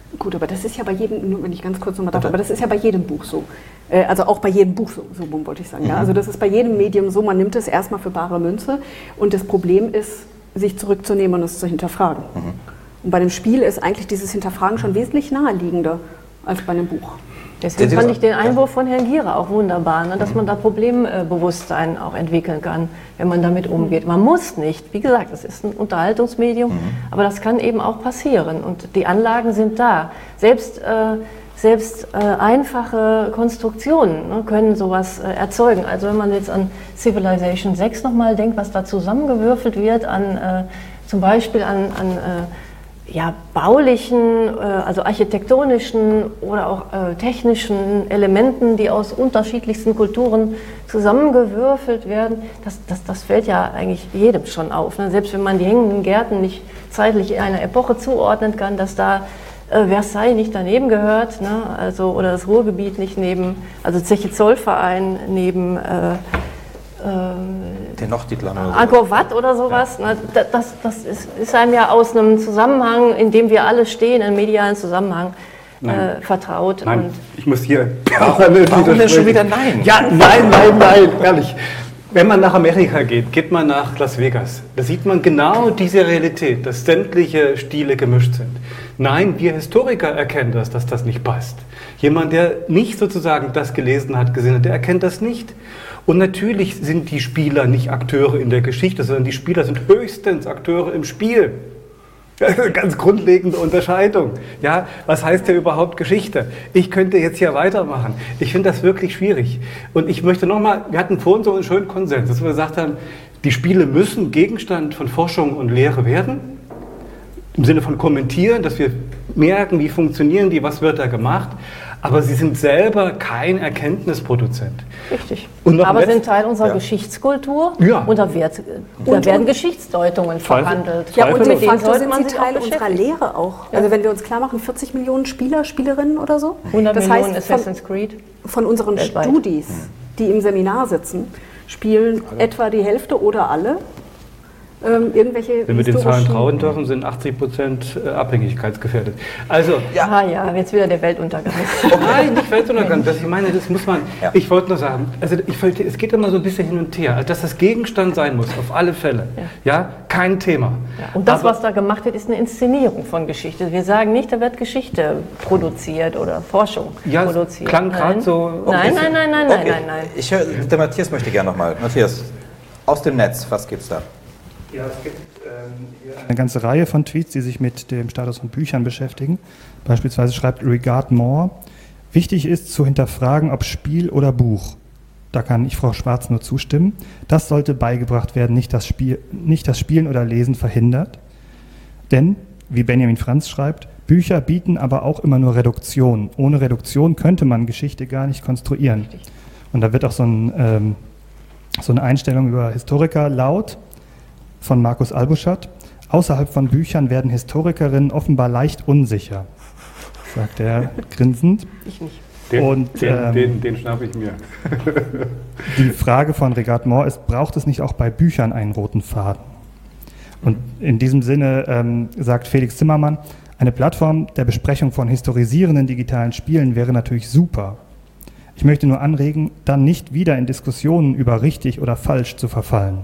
Gut, aber das ist ja bei jedem, nur wenn ich ganz kurz nochmal darf, aber das ist ja bei jedem Buch so. Äh, also auch bei jedem Buch so, so wollte ich sagen. Mhm. Ja? Also das ist bei jedem Medium so, man nimmt es erstmal für bare Münze und das Problem ist, sich zurückzunehmen und es zu hinterfragen. Mhm. Und bei dem Spiel ist eigentlich dieses Hinterfragen schon wesentlich naheliegender als bei einem Buch. Deswegen fand ich den Einwurf von Herrn Gierer auch wunderbar, ne, dass man da Problembewusstsein auch entwickeln kann, wenn man damit umgeht. Man muss nicht, wie gesagt, es ist ein Unterhaltungsmedium, mhm. aber das kann eben auch passieren und die Anlagen sind da. Selbst, äh, selbst äh, einfache Konstruktionen ne, können sowas äh, erzeugen. Also wenn man jetzt an Civilization sechs nochmal denkt, was da zusammengewürfelt wird, an, äh, zum Beispiel an, an äh, ja, baulichen, also architektonischen oder auch äh, technischen Elementen, die aus unterschiedlichsten Kulturen zusammengewürfelt werden, das, das, das fällt ja eigentlich jedem schon auf. Ne? Selbst wenn man die hängenden Gärten nicht zeitlich einer Epoche zuordnen kann, dass da äh, Versailles nicht daneben gehört, ne? Also, oder das Ruhrgebiet nicht neben, also Zeche Zollverein neben äh, den Nochtitlern oder Angkor Wat oder sowas. Ja. Das, das ist, ist einem ja aus einem Zusammenhang, in dem wir alle stehen, einem medialen Zusammenhang äh, vertraut. Nein, und ich muss hier... Warum denn schon wieder nein? Ja, nein, nein, nein, ehrlich. Wenn man nach Amerika geht, geht man nach Las Vegas. Da sieht man genau diese Realität, dass sämtliche Stile gemischt sind. Nein, wir Historiker erkennen das, dass das nicht passt. Jemand, der nicht sozusagen das gelesen hat, gesehen hat, der erkennt das nicht. Und natürlich sind die Spieler nicht Akteure in der Geschichte, sondern die Spieler sind höchstens Akteure im Spiel. Das ist eine ganz grundlegende Unterscheidung. Ja, was heißt ja überhaupt Geschichte? Ich könnte jetzt hier weitermachen. Ich finde das wirklich schwierig. Und ich möchte nochmal, wir hatten vorhin so einen schönen Konsens, dass wir gesagt haben, die Spiele müssen Gegenstand von Forschung und Lehre werden. Im Sinne von kommentieren, dass wir merken, wie funktionieren die, was wird da gemacht. Aber sie sind selber kein Erkenntnisproduzent. Richtig. Aber sind Teil unserer ja. Geschichtskultur ja. und da, wird, da und, werden und Geschichtsdeutungen verhandelt. Ja, und mit denen sollte man sind sie Teil unserer Lehre auch. Ja. Also wenn wir uns klar machen, vierzig Millionen Spieler, Spielerinnen oder so. hundert das Millionen heißt, Assassin's Creed. Von unseren weltweit. Studis, die im Seminar sitzen, spielen alle. Etwa die Hälfte oder alle. Ähm, irgendwelche Wenn wir den Zahlen trauen dürfen, sind achtzig Prozent abhängigkeitsgefährdet. Also, ja, ah, ja, jetzt wieder der Weltuntergang. Nein, nicht Weltuntergang. Das, ich meine, das muss man. Ja. Ich wollte nur sagen, also ich, es geht immer so ein bisschen hin und her, also, dass das Gegenstand sein muss, auf alle Fälle. Ja, ja kein Thema. Ja, und das, aber, was da gemacht wird, ist eine Inszenierung von Geschichte. Wir sagen nicht, da wird Geschichte produziert oder Forschung ja, produziert. Klang gerade so. Nein, nein, nein, nein, okay. nein, nein, nein. Ich höre, der Matthias möchte gerne nochmal. Matthias, aus dem Netz, was gibt's da? Ja, es gibt ähm, eine ganze Reihe von Tweets, die sich mit dem Status von Büchern beschäftigen. Beispielsweise schreibt Regard Moore, wichtig ist zu hinterfragen, ob Spiel oder Buch. Da kann ich Frau Schwarz nur zustimmen. Das sollte beigebracht werden, nicht das, Spiel, nicht das Spielen oder Lesen verhindert. Denn, wie Benjamin Franz schreibt, Bücher bieten aber auch immer nur Reduktion. Ohne Reduktion könnte man Geschichte gar nicht konstruieren. Und da wird auch so, ein, ähm, so eine Einstellung über Historiker laut, von Markus Albuschat. Außerhalb von Büchern werden Historikerinnen offenbar leicht unsicher, sagt er grinsend. Ich nicht. Den, Und, den, ähm, den, den schnappe ich mir. Die Frage von Regard Moore ist, braucht es nicht auch bei Büchern einen roten Faden? Und in diesem Sinne ähm, sagt Felix Zimmermann, eine Plattform der Besprechung von historisierenden digitalen Spielen wäre natürlich super. Ich möchte nur anregen, dann nicht wieder in Diskussionen über richtig oder falsch zu verfallen.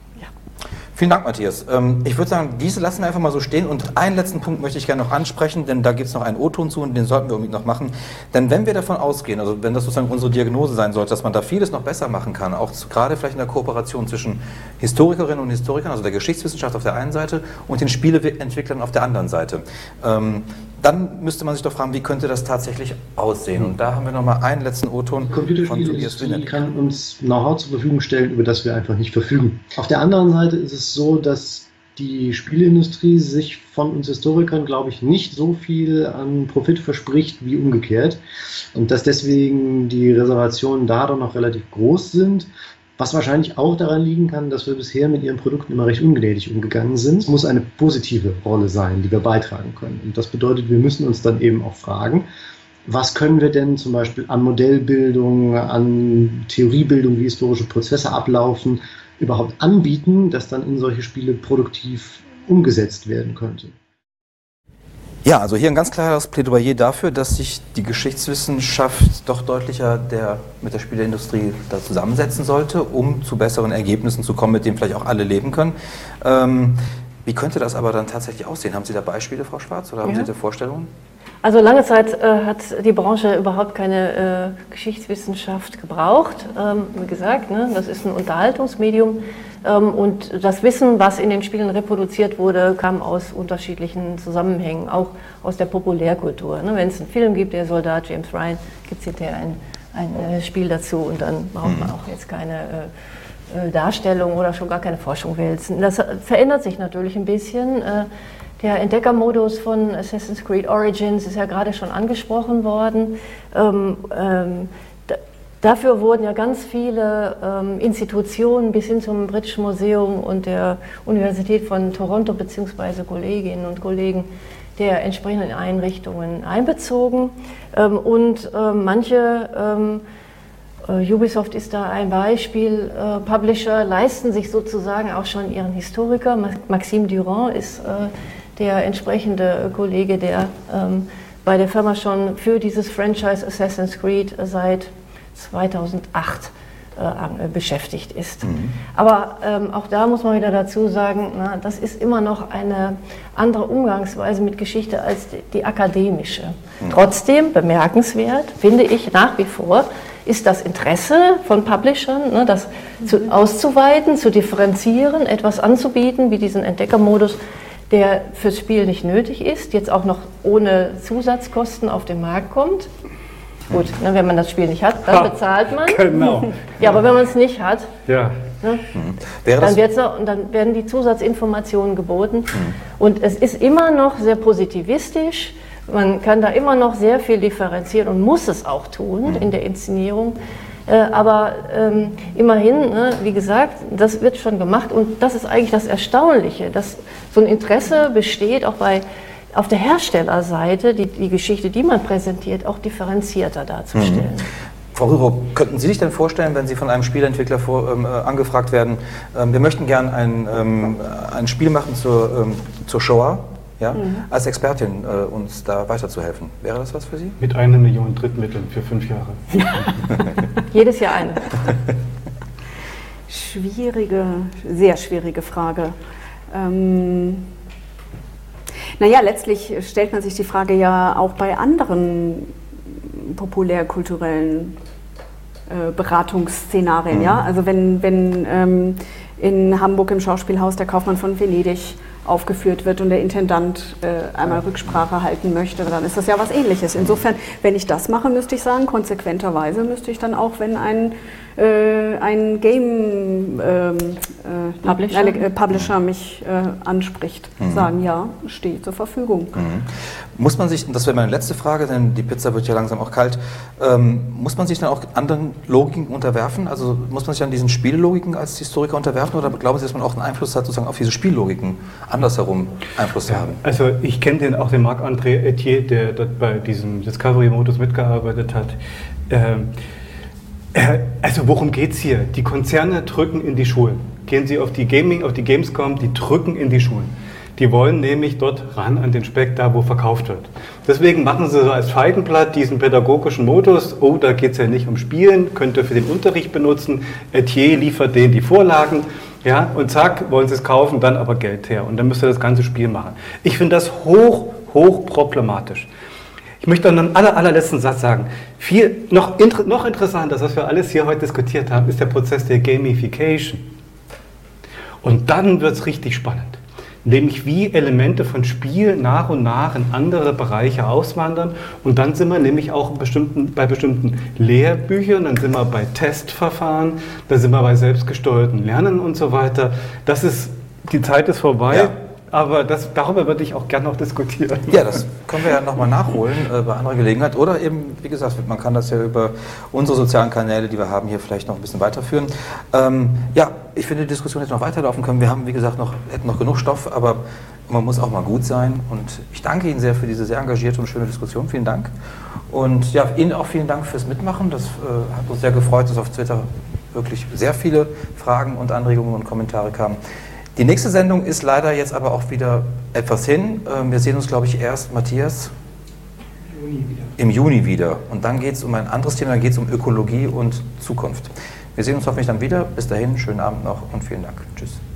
Vielen Dank, Matthias. Ich würde sagen, diese lassen wir einfach mal so stehen und einen letzten Punkt möchte ich gerne noch ansprechen, denn da gibt es noch einen O-Ton zu und den sollten wir unbedingt noch machen. Denn wenn wir davon ausgehen, also wenn das sozusagen unsere Diagnose sein sollte, dass man da vieles noch besser machen kann, auch zu, gerade vielleicht in der Kooperation zwischen Historikerinnen und Historikern, also der Geschichtswissenschaft auf der einen Seite und den Spieleentwicklern auf der anderen Seite, ähm, dann müsste man sich doch fragen, wie könnte das tatsächlich aussehen? Und da haben wir nochmal einen letzten O-Ton von Tobias Winnet. Die kann uns Know-how zur Verfügung stellen, über das wir einfach nicht verfügen. Auf der anderen Seite ist es so, dass die Spieleindustrie sich von uns Historikern, glaube ich, nicht so viel an Profit verspricht wie umgekehrt. Und dass deswegen die Reservationen da doch noch relativ groß sind. Was wahrscheinlich auch daran liegen kann, dass wir bisher mit ihren Produkten immer recht ungnädig umgegangen sind. Es muss eine positive Rolle sein, die wir beitragen können. Und das bedeutet, wir müssen uns dann eben auch fragen, was können wir denn zum Beispiel an Modellbildung, an Theoriebildung, wie historische Prozesse ablaufen, überhaupt anbieten, das dann in solche Spiele produktiv umgesetzt werden könnte. Ja, also hier ein ganz klares Plädoyer dafür, dass sich die Geschichtswissenschaft doch deutlicher der, mit der Spieleindustrie da zusammensetzen sollte, um zu besseren Ergebnissen zu kommen, mit denen vielleicht auch alle leben können. Ähm, wie könnte das aber dann tatsächlich aussehen? Haben Sie da Beispiele, Frau Schwarz, oder haben ja. Sie da Vorstellungen? Also lange Zeit äh, hat die Branche überhaupt keine äh, Geschichtswissenschaft gebraucht. Ähm, wie gesagt, ne, das ist ein Unterhaltungsmedium. Ähm, und das Wissen, was in den Spielen reproduziert wurde, kam aus unterschiedlichen Zusammenhängen, auch aus der Populärkultur. Ne, wenn es einen Film gibt, der Soldat James Ryan, gibt es hinterher ein, ein äh, Spiel dazu und dann braucht man auch jetzt keine äh, äh, Darstellung oder schon gar keine Forschung wälzen. Das verändert sich natürlich ein bisschen. Äh, Der Entdeckermodus von Assassin's Creed Origins ist ja gerade schon angesprochen worden. Ähm, ähm, dafür wurden ja ganz viele ähm, Institutionen bis hin zum British Museum und der Universität von Toronto bzw. Kolleginnen und Kollegen der entsprechenden Einrichtungen einbezogen. Ähm, und ähm, manche, ähm, äh, Ubisoft ist da ein Beispiel, äh, Publisher leisten sich sozusagen auch schon ihren Historiker. Maxime Durand ist äh, der entsprechende Kollege, der ähm, bei der Firma schon für dieses Franchise Assassin's Creed seit zweitausendacht äh, beschäftigt ist. Mhm. Aber ähm, auch da muss man wieder dazu sagen, na, das ist immer noch eine andere Umgangsweise mit Geschichte als die, die akademische. Mhm. Trotzdem bemerkenswert, finde ich nach wie vor, ist das Interesse von Publishern, ne, das zu, auszuweiten, zu differenzieren, etwas anzubieten, wie diesen Entdeckermodus, der fürs Spiel nicht nötig ist, jetzt auch noch ohne Zusatzkosten auf den Markt kommt. Gut, ne, wenn man das Spiel nicht hat, dann bezahlt man. Genau. Ja, aber wenn man es nicht hat, ja. ne, mhm. Wäre dann, das wird's noch, und dann werden die Zusatzinformationen geboten. Mhm. Und es ist immer noch sehr positivistisch. Man kann da immer noch sehr viel differenzieren und muss es auch tun mhm. in der Inszenierung. Äh, aber ähm, immerhin, ne, wie gesagt, das wird schon gemacht und das ist eigentlich das Erstaunliche, dass so ein Interesse besteht, auch bei, auf der Herstellerseite, die, die Geschichte, die man präsentiert, auch differenzierter darzustellen. Mhm. Frau Rürup, könnten Sie sich denn vorstellen, wenn Sie von einem Spieleentwickler vor, ähm, angefragt werden, ähm, wir möchten gern ein, ähm, ein Spiel machen zur, ähm, zur Shoah? Ja, mhm. als Expertin äh, uns da weiterzuhelfen. Wäre das was für Sie? Mit einer Million Drittmitteln für fünf Jahre. Jedes Jahr eine. Schwierige, sehr schwierige Frage. Ähm, naja, letztlich stellt man sich die Frage ja auch bei anderen populärkulturellen äh, Beratungsszenarien. Mhm. Ja? Also wenn, wenn ähm, in Hamburg im Schauspielhaus der Kaufmann von Venedig aufgeführt wird und der Intendant äh, einmal Rücksprache halten möchte, dann ist das ja was Ähnliches. Insofern, wenn ich das mache, müsste ich sagen, konsequenterweise müsste ich dann auch, wenn ein, äh, ein Game äh, Publisher, äh, Publisher mich äh, anspricht, mhm. sagen, ja, stehe zur Verfügung. Mhm. Muss man sich, das wäre meine letzte Frage, denn die Pizza wird ja langsam auch kalt, ähm, muss man sich dann auch anderen Logiken unterwerfen? Also muss man sich dann diesen Spiellogiken als Historiker unterwerfen oder glauben Sie, dass man auch einen Einfluss hat, sozusagen auf diese Spiellogiken andersherum Einfluss zu haben? Also ich kenne den auch den Marc-André Etier, der dort bei diesem Discovery-Modus mitgearbeitet hat. Ähm, äh, also worum geht es hier? Die Konzerne drücken in die Schulen. Gehen Sie auf die Gaming, auf die Gamescom, die drücken in die Schulen. Die wollen nämlich dort ran an den Speck, da wo verkauft wird. Deswegen machen sie so als Feigenblatt diesen pädagogischen Modus, oh, da geht es ja nicht um Spielen, könnt ihr für den Unterricht benutzen, Etier liefert denen die Vorlagen, ja, und zack, wollen sie es kaufen, dann aber Geld her und dann müsst ihr das ganze Spiel machen. Ich finde das hoch, hoch problematisch. Ich möchte noch einen aller, allerletzten Satz sagen. Viel, noch, inter, noch interessanter, das, was wir alles hier heute diskutiert haben, ist der Prozess der Gamification. Und dann wird es richtig spannend. Nämlich wie Elemente von Spiel nach und nach in andere Bereiche auswandern. Und dann sind wir nämlich auch bestimmten, bei bestimmten Lehrbüchern, dann sind wir bei Testverfahren, dann sind wir bei selbstgesteuerten Lernen und so weiter. Das ist, die Zeit ist vorbei. Ja. Aber das, darüber würde ich auch gerne noch diskutieren. Ja, das können wir ja nochmal nachholen äh, bei anderer Gelegenheit. Oder eben, wie gesagt, man kann das ja über unsere sozialen Kanäle, die wir haben, hier vielleicht noch ein bisschen weiterführen. Ähm, ja, ich finde, die Diskussion hätte noch weiterlaufen können. Wir haben, wie gesagt, noch, hätten noch genug Stoff, aber man muss auch mal gut sein. Und ich danke Ihnen sehr für diese sehr engagierte und schöne Diskussion. Vielen Dank. Und ja, Ihnen auch vielen Dank fürs Mitmachen. Das äh, hat uns sehr gefreut, dass auf Twitter wirklich sehr viele Fragen und Anregungen und Kommentare kamen. Die nächste Sendung ist leider jetzt aber auch wieder etwas hin. Wir sehen uns, glaube ich, erst, Matthias, Juni wieder. im Juni wieder. Und dann geht es um ein anderes Thema, dann geht es um Ökologie und Zukunft. Wir sehen uns hoffentlich dann wieder. Bis dahin, schönen Abend noch und vielen Dank. Tschüss.